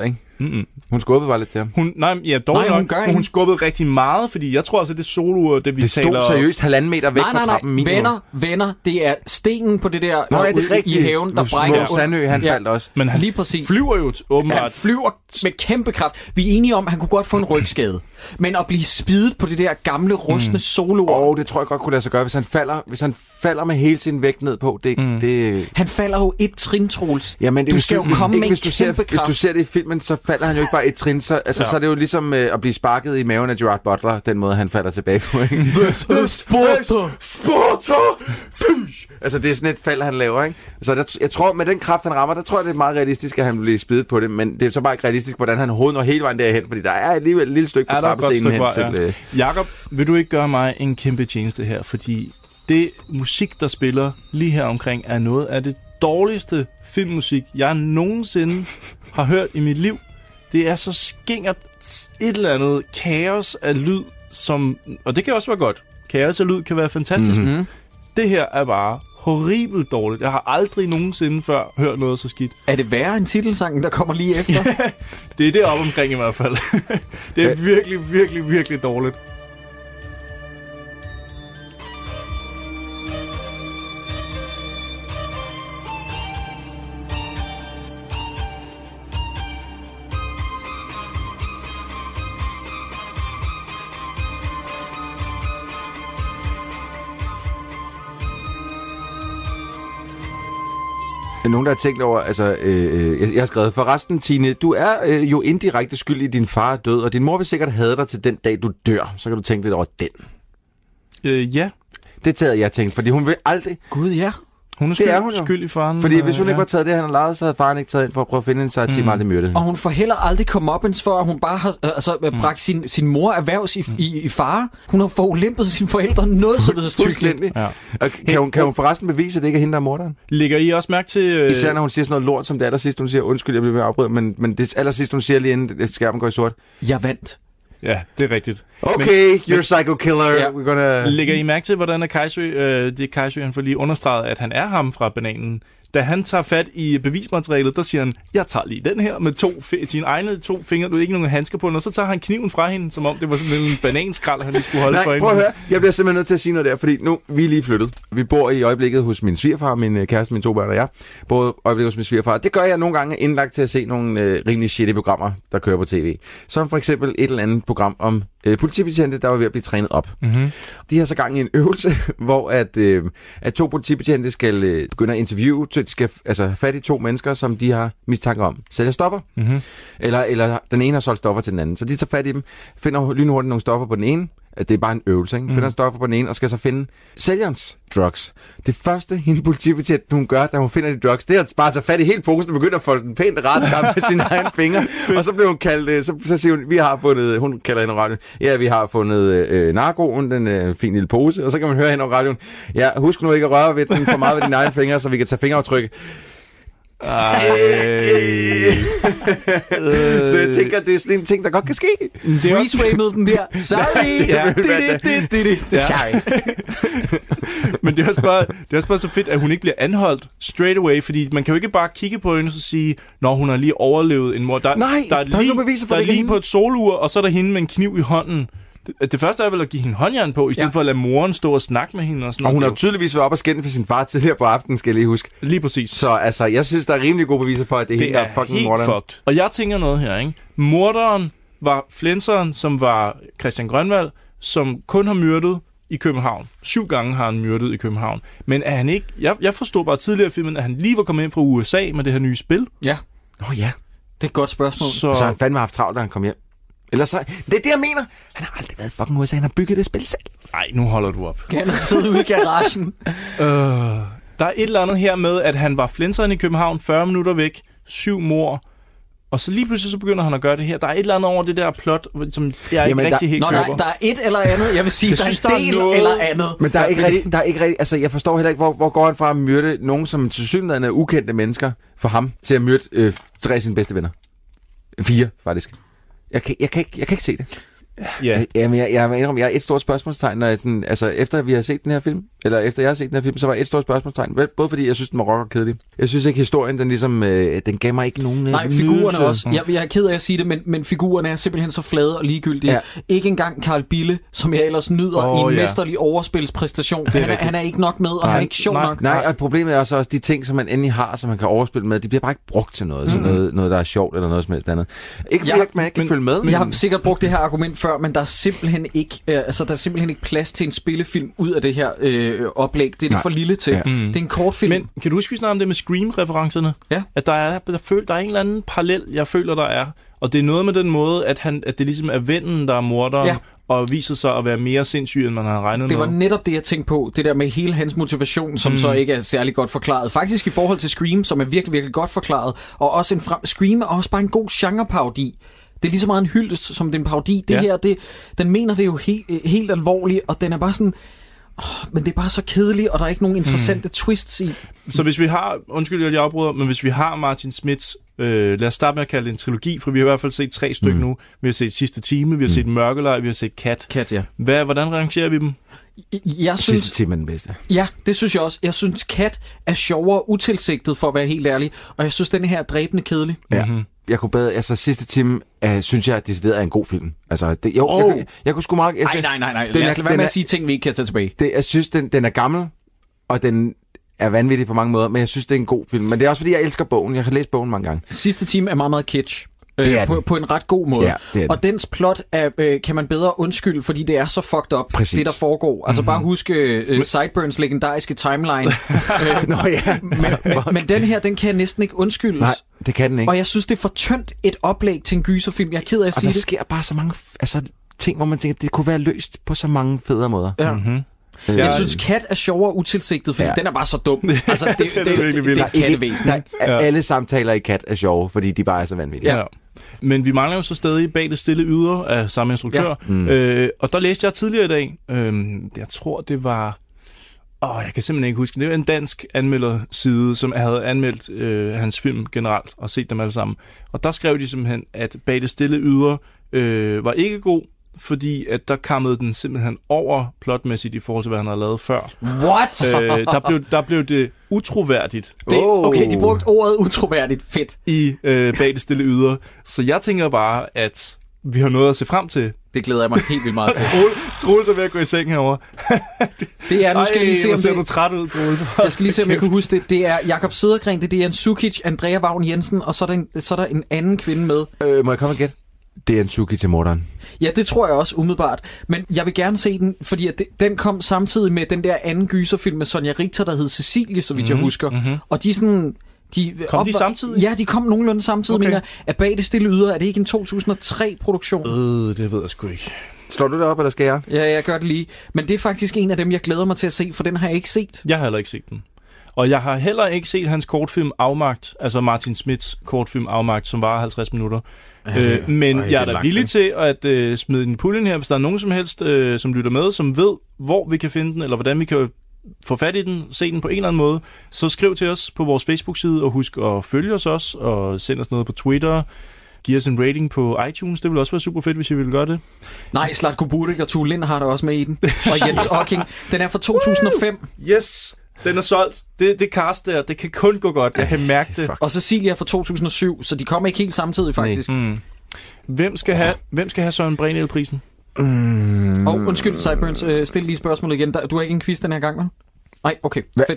Hun skubbede bare lidt til ham. Hun skubbede rigtig meget, fordi jeg tror altså, det solo, det vi det taler... Det stod seriøst 1,5 meter væk fra trappen. Venner, det er stenen på det der i haven, der brækker. Sandø, han faldt også. Men han lige præcis. Flyver jo åbenbart. Han flyver med kæmpe kraft. Vi er enige om, at han kunne godt få en rygskade. Men at blive spidet på det der gamle, rustne soloer... det tror jeg godt kunne lade sig gøre, hvis han falder med hele sin vægt ned på. Det... Han falder jo et trin, Troels. Jamen, du skal jo komme med en kæmpe kraft. Hvis du ser det i filmen, så falder han jo ikke bare et trin. Så er det jo ligesom at blive sparket i maven af Gerard Butler, den måde, han falder tilbage på. Ikke? Sporter! Altså, det er sådan et fald, han laver, ikke? Så jeg tror, med den kraft, han rammer, der tror jeg, det er meget realistisk, at han bliver spidet på det. Men det er så bare ikke realistisk, hvordan han hovedet når hele vejen derhen, fordi der er alligevel et lille stykke fra trappestenen hen til... Jakob, vil du ikke gøre mig en kæmpe tjeneste her? Fordi det musik, der spiller lige her omkring, er noget af det dårligste filmmusik, jeg nogensinde har hørt i mit liv. Det er så skingert et eller andet kaos af lyd, som... Og det kan også være godt. Kaos af lyd kan være fantastisk. Mm-hmm. Det her er bare horribelt dårligt. Jeg har aldrig nogensinde før hørt noget så skidt. Er det værre end titelsangen, der kommer lige efter? Det er det op omkring i hvert fald. Det er virkelig, virkelig, virkelig dårligt. Nogen, der har tænkt over, altså, jeg har skrevet, forresten, Tine, du er jo indirekte skyld i, din far er død, og din mor vil sikkert have dig til den dag, du dør. Så kan du tænke lidt over den. Ja. Det havde jeg tænkt, fordi hun vil aldrig... Gud, ja. Hun er skyld i faren. Fordi hvis hun ikke var taget det, han har lavet, så havde faren ikke taget ind for at prøve at finde en sig til aldrig myrdet. Og hun får heller aldrig comeuppance for, at hun bare har bragt sin mor erhvervs i fare. Hun har forulempet sine forældre noget så videre. Ja. Kan hun forresten bevise, at det ikke er hende, der er morderen? Lægger I også mærke til... Især når hun siger sådan noget lort, som det allersidste, hun siger, undskyld, jeg bliver ved at afbryde, men det allersidste, hun siger lige inden skærmen går i sort. Jeg vandt. Ja, det er rigtigt. Okay, you're a psycho killer. Yeah. We're gonna... Lægger I mærke til, hvordan Kaisø, han får lige understreget, at han er ham fra bananen? Da han tager fat i bevismaterialet, der siger han, jeg tager lige den her med sine egne 2 fingre, du har ikke nogen handsker på den, og så tager han kniven fra hende, som om det var sådan en bananskrald, han lige skulle holde for hende. Prøv at høre, jeg bliver simpelthen nødt til at sige noget der, fordi nu vi er lige flyttet. Vi bor i øjeblikket hos min svigerfar, min kæreste, mine 2 børn og jeg. Bor i øjeblikket hos min svigerfar. Det gør jeg nogle gange indlagt til at se nogle rimelig shitty programmer, der kører på tv. Som for eksempel et eller andet program om politibetjente, der var ved at blive trænet op. Mm-hmm. De har så gang i en øvelse, hvor at 2 politibetjente skal begynde at interviewe, skal fat i 2 mennesker, som de har mistanke om sælger stoffer. Mm-hmm. Eller den ene har solgt stoffer til den anden. Så de tager fat i dem, finder lynhurtigt nogle stoffer på den ene. Det er bare en øvelse, ikke? Finder stoffer på den ene, og skal så finde sælgerens drugs. Det første, hende politibetjent, hun gør, da hun finder de drugs, det er at bare tage fat i hele posen og begynde at folde den pænt ret sammen med sine egne fingre. Og så bliver hun kaldt, så siger hun, vi har fundet, hun kalder hende radioen, ja, vi har fundet narkoen, den fin lille pose, og så kan man høre hende over radioen, ja, husk nu ikke at røre ved den for meget ved dine egne fingre, så vi kan tage fingeraftryk. Så jeg tænker, det er sådan en ting, der godt kan ske. Freeze-wavede den der. Sorry. Sorry. Men det er også bare så fedt, at hun ikke bliver anholdt straight away, fordi man kan jo ikke bare kigge på hende og så sige, når hun har lige overlevet en mor. Der er lige på et solur, og så er der hende med en kniv i hånden. Det første er vel at give hende håndjern på, i stedet for at lade moren stå og snakke med hende. Og sådan og hun har tydeligvis været op og skændt for sin far tidligere på aftenen, skal jeg lige huske. Lige præcis. Så altså, jeg synes, der er rimelig gode beviser for, at det er hende, der er fucking morderen. Fucked. Og jeg tænker noget her, ikke? Morderen var flenseren, som var Christian Grønvald, som kun har myrdet i København. 7 gange har han myrdet i København. Men er han ikke... Jeg forstod bare tidligere i filmen, at han lige var kommet ind fra USA med det her nye spil. Ja. Ja. Det er et godt spørgsmål. Så han fandme haft travlt, da han kom hjem. Eller så, det er det, jeg mener. Han har aldrig været fucking USA, han har bygget det spil selv. Nej, nu holder du op. Han har siddet ude i garagen. Der er et eller andet her med, at han var flenseren i København 40 minutter væk, 7 mord, og så lige pludselig så begynder han at gøre det her. Der er et eller andet over det der plot, som jeg ikke rigtig helt køber. Der er et eller andet. Jeg vil sige, der er en del eller andet. Men der er ikke rigtig, altså jeg forstår heller ikke, hvor går han fra at myrde nogen, som tilsyneladende er ukendte mennesker for ham, til at myrde 3 af sine bedste venner. 4, faktisk. Jeg kan ikke se det. Ja. Jamen, jeg er et stort spørgsmålstegn, når jeg sådan, altså efter vi har set den her film, eller efter jeg har set den her film, så var et stort spørgsmålstegn. Både fordi jeg synes, den var rockerkedelig. Jeg synes ikke, historien, den ligesom, den gav mig ikke nogen nej, figurerne også. Jeg er ked af at sige det, men figurerne er simpelthen så flade og ligegyldige. Ja. Ikke engang Carl Bille, som jeg ellers nyder i en mesterlig overspilspræstation. Han er ikke nok med, og han er ikke sjov nok. Nej, og problemet er også de ting, som man endelig har, som man kan overspille med, de bliver bare ikke brugt til noget. Så noget, der er sjovt, eller noget som helst andet. Ikke fordi man ikke kan følge med. Jeg har sikkert brugt det her argument før, men der er simpelthen ikke plads til en spillefilm ud af det her oplæg. Det er det for lille til. Ja. Det er en kort film. Men kan du huske, vi snakker om det med Scream-referencerne? Ja. At der er en eller anden parallel, jeg føler, der er. Og det er noget med den måde, at det ligesom er vennen, der er morderen, og viser sig at være mere sindssyg, end man har regnet med. Det var netop det, jeg tænkte på. Det der med hele hans motivation, som så ikke er særlig godt forklaret. Faktisk i forhold til Scream, som er virkelig, virkelig godt forklaret. Og også Scream er også bare en god genreparodi. Det er lige så meget en hyldest, som den parodi. Det her, den mener det jo helt alvorligt, og den er bare sådan... men det er bare så kedeligt, og der er ikke nogen interessante twists i. Så hvis vi har, undskyld, jeg afbryder, men hvis vi har Martin Smiths, lad os starte med at kalde det en trilogi, for vi har i hvert fald set 3 stykker nu. Vi har set Sidste Time, vi har set Mørkelej, vi har set Cat. Cat, ja. Hvordan rangerer vi dem? Jeg synes, Sidste Time er den bedste. Ja, det synes jeg også. Jeg synes, Cat er sjovere utilsigtet, for at være helt ærlig, og jeg synes, den her er dræbende kedelig. Ja. Jeg kunne bedre, Sidste Time, synes jeg, at det er en god film. Altså, jeg kunne sgu meget... Nej. Lad os være med at sige ting, vi ikke kan tage tilbage. Jeg synes, den er gammel, og den er vanvittig på mange måder, men jeg synes, det er en god film. Men det er også, fordi jeg elsker bogen. Jeg har læst bogen mange gange. Sidste Time er meget, meget kitsch. På en ret god måde. Ja, og dens plot kan man bedre undskylde, fordi det er så fucked up, det der foregår. Altså bare huske Sideburns legendariske timeline. Nå ja. Men den her, den kan jeg næsten ikke undskyldes. Nej, det kan den ikke. Og jeg synes, det er for tyndt et oplæg til en gyserfilm. Jeg er ked af at sige det. Og der sker bare så mange ting, hvor man tænker, det kunne være løst på så mange federe måder. Ja. Jeg synes, Cat er sjovere utilsigtet, fordi den er bare så dum. Altså, det er kattevæsen. Alle samtaler i Cat er sjove, fordi de bare er så vanvittige. Ja. Men vi mangler jo så stadig Bag det stille ydre af samme instruktør. Og der læste jeg tidligere i dag, jeg tror det var... jeg kan simpelthen ikke huske. Det var en dansk anmelderside, som havde anmeldt hans film generelt, og set dem alle sammen. Og der skrev de simpelthen, at Bag det stille ydre var ikke god, fordi at der kammede den simpelthen over plotmæssigt i forhold til, hvad han havde lavet før. What? Der blev det utroværdigt. Okay, de brugte ordet utroværdigt. Fedt. I Bag det stille ydre. Så jeg tænker bare, at vi har noget at se frem til. Det glæder jeg mig helt vildt meget til. Troels er ved at gå i seng herovre. Det er, nu skal jeg lige se, om ser du træt ud, Troels. Jeg skal lige se, om jeg kan huske det. Det er Jakob Sedergren, det er Dejan Sukic, Andrea Vagn Jensen, og så er der en anden kvinde med. Må jeg komme og gætte? Det er en Suki til morderen. Ja, det tror jeg også umiddelbart. Men jeg vil gerne se den, fordi at den kom samtidig med den der anden gyserfilm med Sonja Richter, der hed Cecilie, så vidt jeg husker. Og de sådan... Kom de samtidig? Ja, de kom nogenlunde samtidig. Okay. At Bag det stille ydre, er det ikke en 2003-produktion? Det ved jeg sgu ikke. Slår du det op, eller skal jeg? Ja, jeg gør det lige. Men det er faktisk en af dem, jeg glæder mig til at se, for den har jeg ikke set. Jeg har heller ikke set den. Og jeg har heller ikke set hans kortfilm Afmagt, altså Martin Smiths kortfilm Afmagt, som var 50 minutter. Men jeg er da villig til at smide den i puljen her, hvis der er nogen som helst, som lytter med, som ved, hvor vi kan finde den, eller hvordan vi kan få fat i den, se den på en eller anden måde, så skriv til os på vores Facebook-side, og husk at følge os også, og send os noget på Twitter. Giv os en rating på iTunes. Det vil også være super fedt, hvis I ville gøre det. Nej, Zlatko Buric og Tue Lind har der også med i den. Og Jens Ocking. Den er fra 2005. Yes! Den er solgt. Det cast der, det kan kun gå godt. Jeg kan mærke det. Og Cecilia fra 2007, så de kommer ikke helt samtidig, faktisk. Hvem skal have Søren Brenel-prisen? Undskyld, Sideburns, stil lige spørgsmålet igen. Du har ikke en quiz den her gang, vel? Nej, okay, fedt.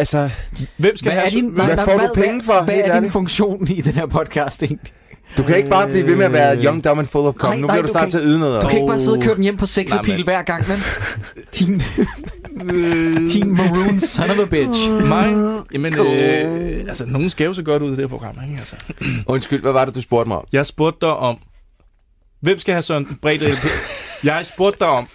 Hvem skal hvad får du penge for? Hvad er din funktion i den her podcast egentlig? Du kan ikke bare blive ved med at være young, dumb and full of cum. Nu bliver du snart til at yde noget. Du kan ikke bare sidde og køre den hjem på sexapil hver gang, men... Team Maroon, son of a bitch. Jamen, altså, nogen skal jo så godt ud i det her program, ikke? Altså. Undskyld, hvad var det, du spurgte mig om? Jeg spurgte dig om... Hvem skal have Søren Bredal? Jeg spurgte dig om...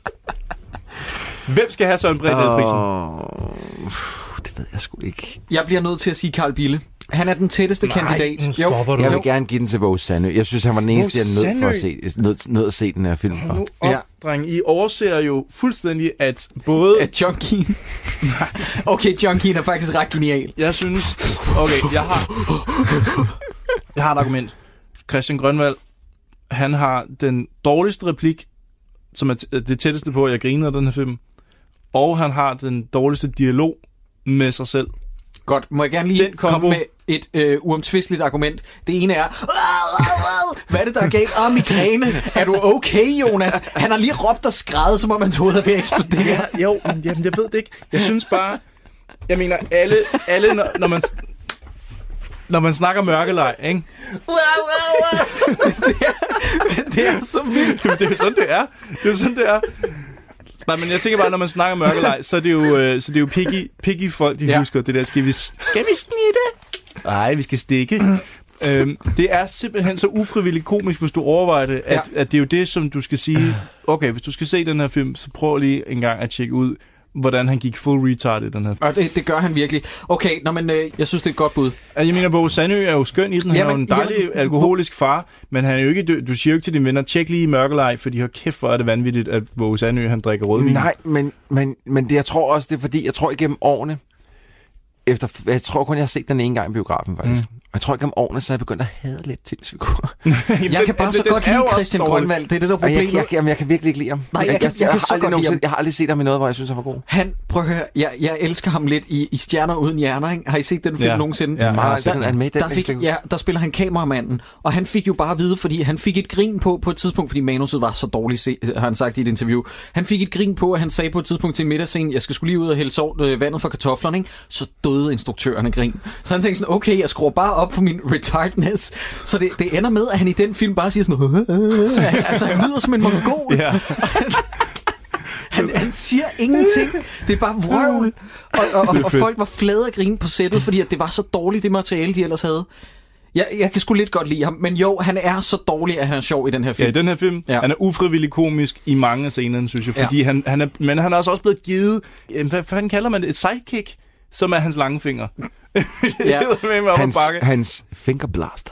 Hvem skal have Søren Bredal-prisen? Det ved jeg sgu ikke. Jeg bliver nødt til at sige Carl Bille. Han er den tætteste kandidat. Nu stopper du. Jeg vil gerne give den til Våge Sandø. Jeg synes, han var den eneste, jeg er nødt at se den her film for. Ja. Dreng, I overser jo fuldstændig, at både... At John Keane... Okay, John Keane er faktisk ret genial. Jeg synes... Okay, jeg har et argument. Christian Grønvald, han har den dårligste replik, som er det tætteste på, at jeg griner af den her film. og han har den dårligste dialog med sig selv. Godt, må jeg gerne lige komme med et uomtvisteligt argument. Det ene er, hvad er det, der er galt? Migræne. Er du okay, Jonas? Han har lige råbt og skrædet, som om han troede, at vi eksplodere. Ja, jo, jamen, jeg ved det ikke. Jeg synes bare, jeg mener, alle når man snakker mørkeleg, ikke? Det er så vildt. Det er jo sådan, det er. Nej, men jeg tænker bare, når man snakker mørkeleg, så er det jo picky folk, de husker det der. Skal vi snitte? Nej, vi skal stikke. Det er simpelthen så ufrivilligt komisk, hvis du overvejer det, at det er jo det, som du skal sige. Okay, hvis du skal se den her film, så prøv lige en gang at tjekke ud, hvordan han gik full retard i den her film. Og det gør han virkelig. Okay, men jeg synes, det er et godt bud. Jeg mener, Bo Sandø er jo skøn i den. Han er jo en dejlig alkoholisk far, men han er jo ikke du siger jo ikke til dine venner, tjek lige mørkeleg, for de har kæft for, at det vanvittigt, at Bo Sandø, han drikker rødvin. Nej, men det, jeg tror også, det er fordi, jeg tror igennem årene, jeg tror kun, jeg har set den ene gang i biografen, faktisk. Og jeg tror igennem årene, så er jeg begyndt at hade lidt Tilsvigur. Jeg kan bare så godt lide Christian Grønvald. Det er det, der er problemet. Jeg kan virkelig ikke lide ham. Nej, jeg kan så godt lide ham. Jeg har aldrig set ham i noget, hvor jeg synes, han var god. Prøv at høre, jeg elsker ham lidt i Stjerner uden hjerner, ikke? Har I set den film nogensinde? Ja, der spiller han kameramanden, og han fik jo bare at vide, fordi han fik et grin på et tidspunkt, fordi manuset var så dårligt, har han sagt i et interview. Han fik et grin på, at han sagde på et tidspunkt til en middagsscene, jeg skal skulle lige ud og hælde vandet fra kartoflerne, ikke? Så døde instruktøren af grin. Så han tænkte sådan, okay, jeg skruer bare op for min retardness. Så det ender med, at han i den film bare siger sådan altså han lyder som en mongol. Ja. Han siger ingenting. Det er bare vrøvl. Og folk var flade af grin på sættet, fordi at det var så dårligt, det materiale, de ellers havde. Jeg kan sgu lidt godt lide ham, men jo, han er så dårlig, at han er sjov i den her film. Ja, i den her film. Ja. Han er ufrivillig komisk i mange scener, synes jeg. Fordi men han er også blevet givet, hvad fanden kalder man det? Et sidekick, som er hans langefinger. Ja. Hans fingerblaster.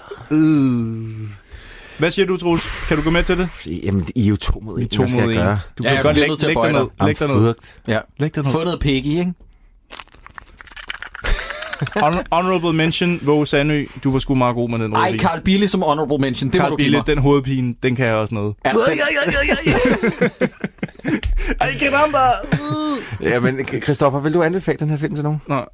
Hvad siger du, Troels? Kan du gå med til det? Jamen, I er jo 2 mod 1. Hvad skal jeg gøre? Du kan godt lægge dig ned. Læg dig ned. Få noget piggy, ikke? Honorable mention, Våge Sandø. Du var sgu meget god med den rødvin. Ej, Carl Bille som honorable mention. Det Carl Bille, den hovedpine, den kan jeg også noget. Ja, Ej, caramba! Ja, men Christoffer, vil du anbefale den her film til nogen? Nej.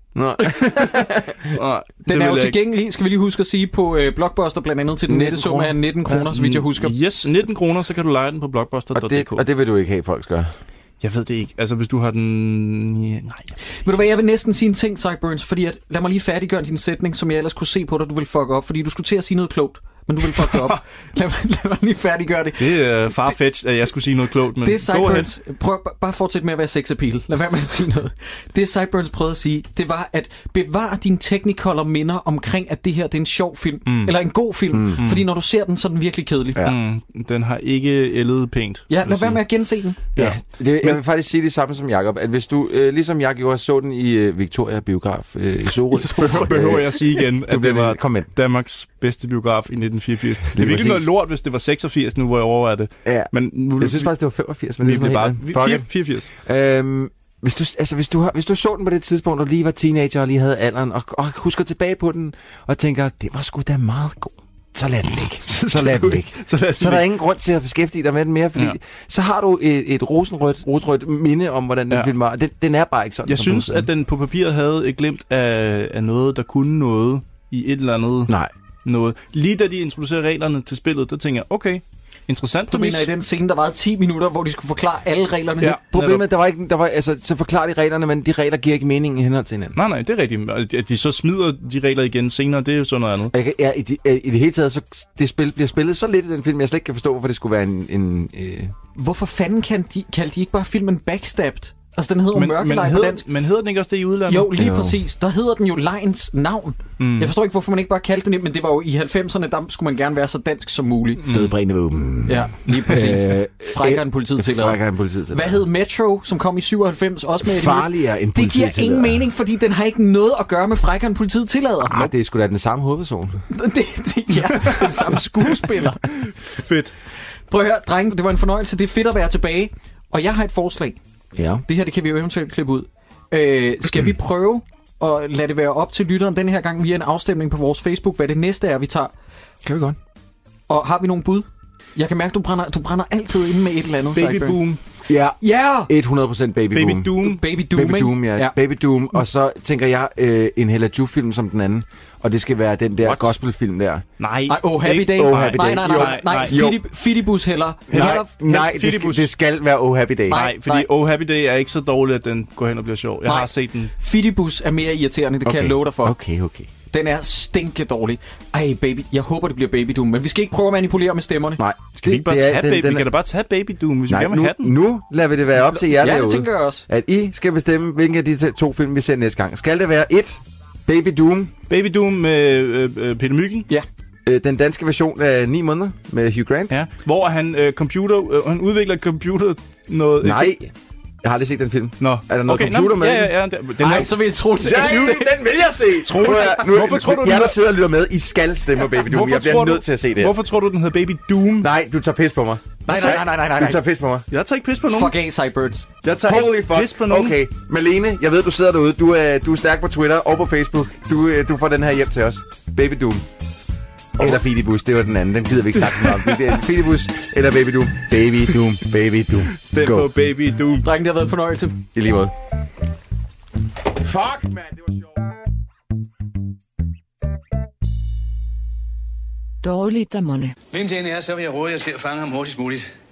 Den er jo tilgængelig, skal vi lige huske at sige, på Blockbuster, blandt andet til den nette sum af 19 kroner, så vidt jeg husker. Yes, 19 kroner, så kan du lege den på blockbuster.dk. Og det vil du ikke have, folk skal. Jeg ved det ikke. Altså, hvis du har den... Nej. Ved du hvad, jeg vil næsten sige en ting, Sideburns, fordi at, lad mig lige færdiggøre din sætning, som jeg ellers kunne se på dig, du vil fuck op, fordi du skulle til at sige noget klogt. Men du vil fuck det op. Lad mig lige færdiggøre det. Det er farfetched, at jeg skulle sige noget klogt, men det Sideburns, prøv bare fortsæt med at være sex appeal. Lad være med at sige noget. Det Sideburns prøvede at sige, det var at bevare din Technicolor minder omkring, at det her det er en sjov film. Eller en god film. Fordi når du ser den, så er den virkelig kedelig. Ja. Den har ikke ældet pænt. Ja, lad være med at gense den. Ja. Jeg vil faktisk sige det samme som Jacob, at hvis du, ligesom jeg gjorde, så den i Victoria Biograf i Sorø. Så behøver jeg sige igen, at det var Danmarks bedste biograf i 1984. Det er virkelig noget lort, hvis det var 86 nu, hvor jeg overvejer det. Ja. Men nu, jeg synes faktisk, det var 85. Men det er bare 84. Hvis du så den på det tidspunkt, og lige var teenager og lige havde alderen, og husker tilbage på den, og tænker, det var sgu da meget god. Så lad den ikke. Så er der ingen grund til at beskæftige dig med den mere, fordi så har du et rosenrødt minde om, hvordan den film var. Den er bare ikke sådan. Jeg synes, at den på papiret havde et glimt af noget, der kunne noget i et eller andet. Nej. Noget. Lige da de introducerede reglerne til spillet, der tænker jeg, okay, interessant. Du mener i den scene, der var 10 minutter, hvor de skulle forklare alle reglerne? Ja, problemet, så forklarer de reglerne, men de regler giver ikke mening i henhold til hinanden. Nej, det er rigtigt. At de så smider de regler igen senere, det er jo sådan noget andet. Ja, i det hele taget, så det spil bliver spillet så lidt i den film, jeg slet ikke kan forstå, hvorfor det skulle være en Hvorfor fanden kaldte de ikke bare filmen Backstabbed? Altså, den hedder jo Mørkelej på dansk. Men hedder den ikke også det i udlandet? Jo, lige præcis. Der hedder den jo Lejens navn. Jeg forstår ikke, hvorfor man ikke bare kaldte den, men det var jo i 90'erne, der skulle man gerne være så dansk som muligt. Dødbringende våben. Ja, lige præcis. Frækkere end politiet tillader. Hvad hed Metro, som kom i 97, også med farligere end politiet tillader. Det giver ingen mening, fordi den har ikke noget at gøre med frækkere end politiet tillader. Nej, det er sgu da den samme hovedperson. Den samme skuespiller. Fedt. Prøv at høre, drenge, det var en fornøjelse. Det er fedt at være tilbage. Og jeg har et forslag. Ja. Det her, det kan vi jo eventuelt klippe ud. Skal vi prøve at lade det være op til lytteren den her gang via en afstemning på vores Facebook, hvad det næste er, vi tager? Kan vi godt. Og har vi nogle bud? Jeg kan mærke, du brænder altid ind med et eller andet. Baby Boom. Ja, Ja! 100% Baby Boom. Doom. Baby Doom, Baby Doom, ikke? ja. Baby Doom. Og så tænker jeg en Hella Juf-film som den anden. Og det skal være den der gospelfilm der. Nej. Oh Happy Day. Oh Happy Day. Nej. Fidibus heller. Nej, det skal være Oh Happy Day. Nej, fordi Oh Happy Day er ikke så dårlig, at den går hen og bliver sjov. Jeg har set den. Fidibus er mere irriterende, det kan jeg love dig for. Okay. Den er stinke dårlig. Ej, baby. Jeg håber, det bliver Baby Doom. Men vi skal ikke prøve at manipulere med stemmerne. Nej. Skal vi ikke bare tage Baby? Vi kan da bare tage Baby Doom, hvis vi gerne vil have den. Nu lader vi det være op til jer derude. Ja, det tænker jeg også. At I skal bestemme, hvilken af de 2 film, vi ser næste gang. Skal det være 1, Baby Doom? Baby Doom med Peter Myggen? Ja. Den danske version af 9 måneder med Hugh Grant? Ja. Hvor han han udvikler computer noget... Nej. Jeg har aldrig set den film. Nå. Er der noget computer med? Ja. Nej, så vil jeg tro til. Den vil jeg se! Hvorfor tror du, jer, der sidder og lytter med, I skal stemme på Baby Doom. Jeg bliver nødt til at se det her. Hvorfor tror du, den hedder Baby Doom? Nej, du tager pis på mig. Nej. Du tager pis på mig. Jeg tager ikke pis på nogen. Fuck af, Cybirds. Jeg tager ikke pis på nogen. Okay, Malene, jeg ved, du sidder derude. Du er stærk på Twitter og på Facebook. Du får den her hjem til os. Baby Doom. Eller Fidibus, det var den anden. Den gider vi ikke snakke om. Det er Fidibus eller Baby Doom. Baby Doom, Baby Doom. Stem på Baby Doom. Drenge, det har været en fornøjelse. I lige måde. Fuck, man, det var sjovt. Dårligdommerne. Hvem det end er, så vil jeg råde jer til at fange ham hurtigst muligt.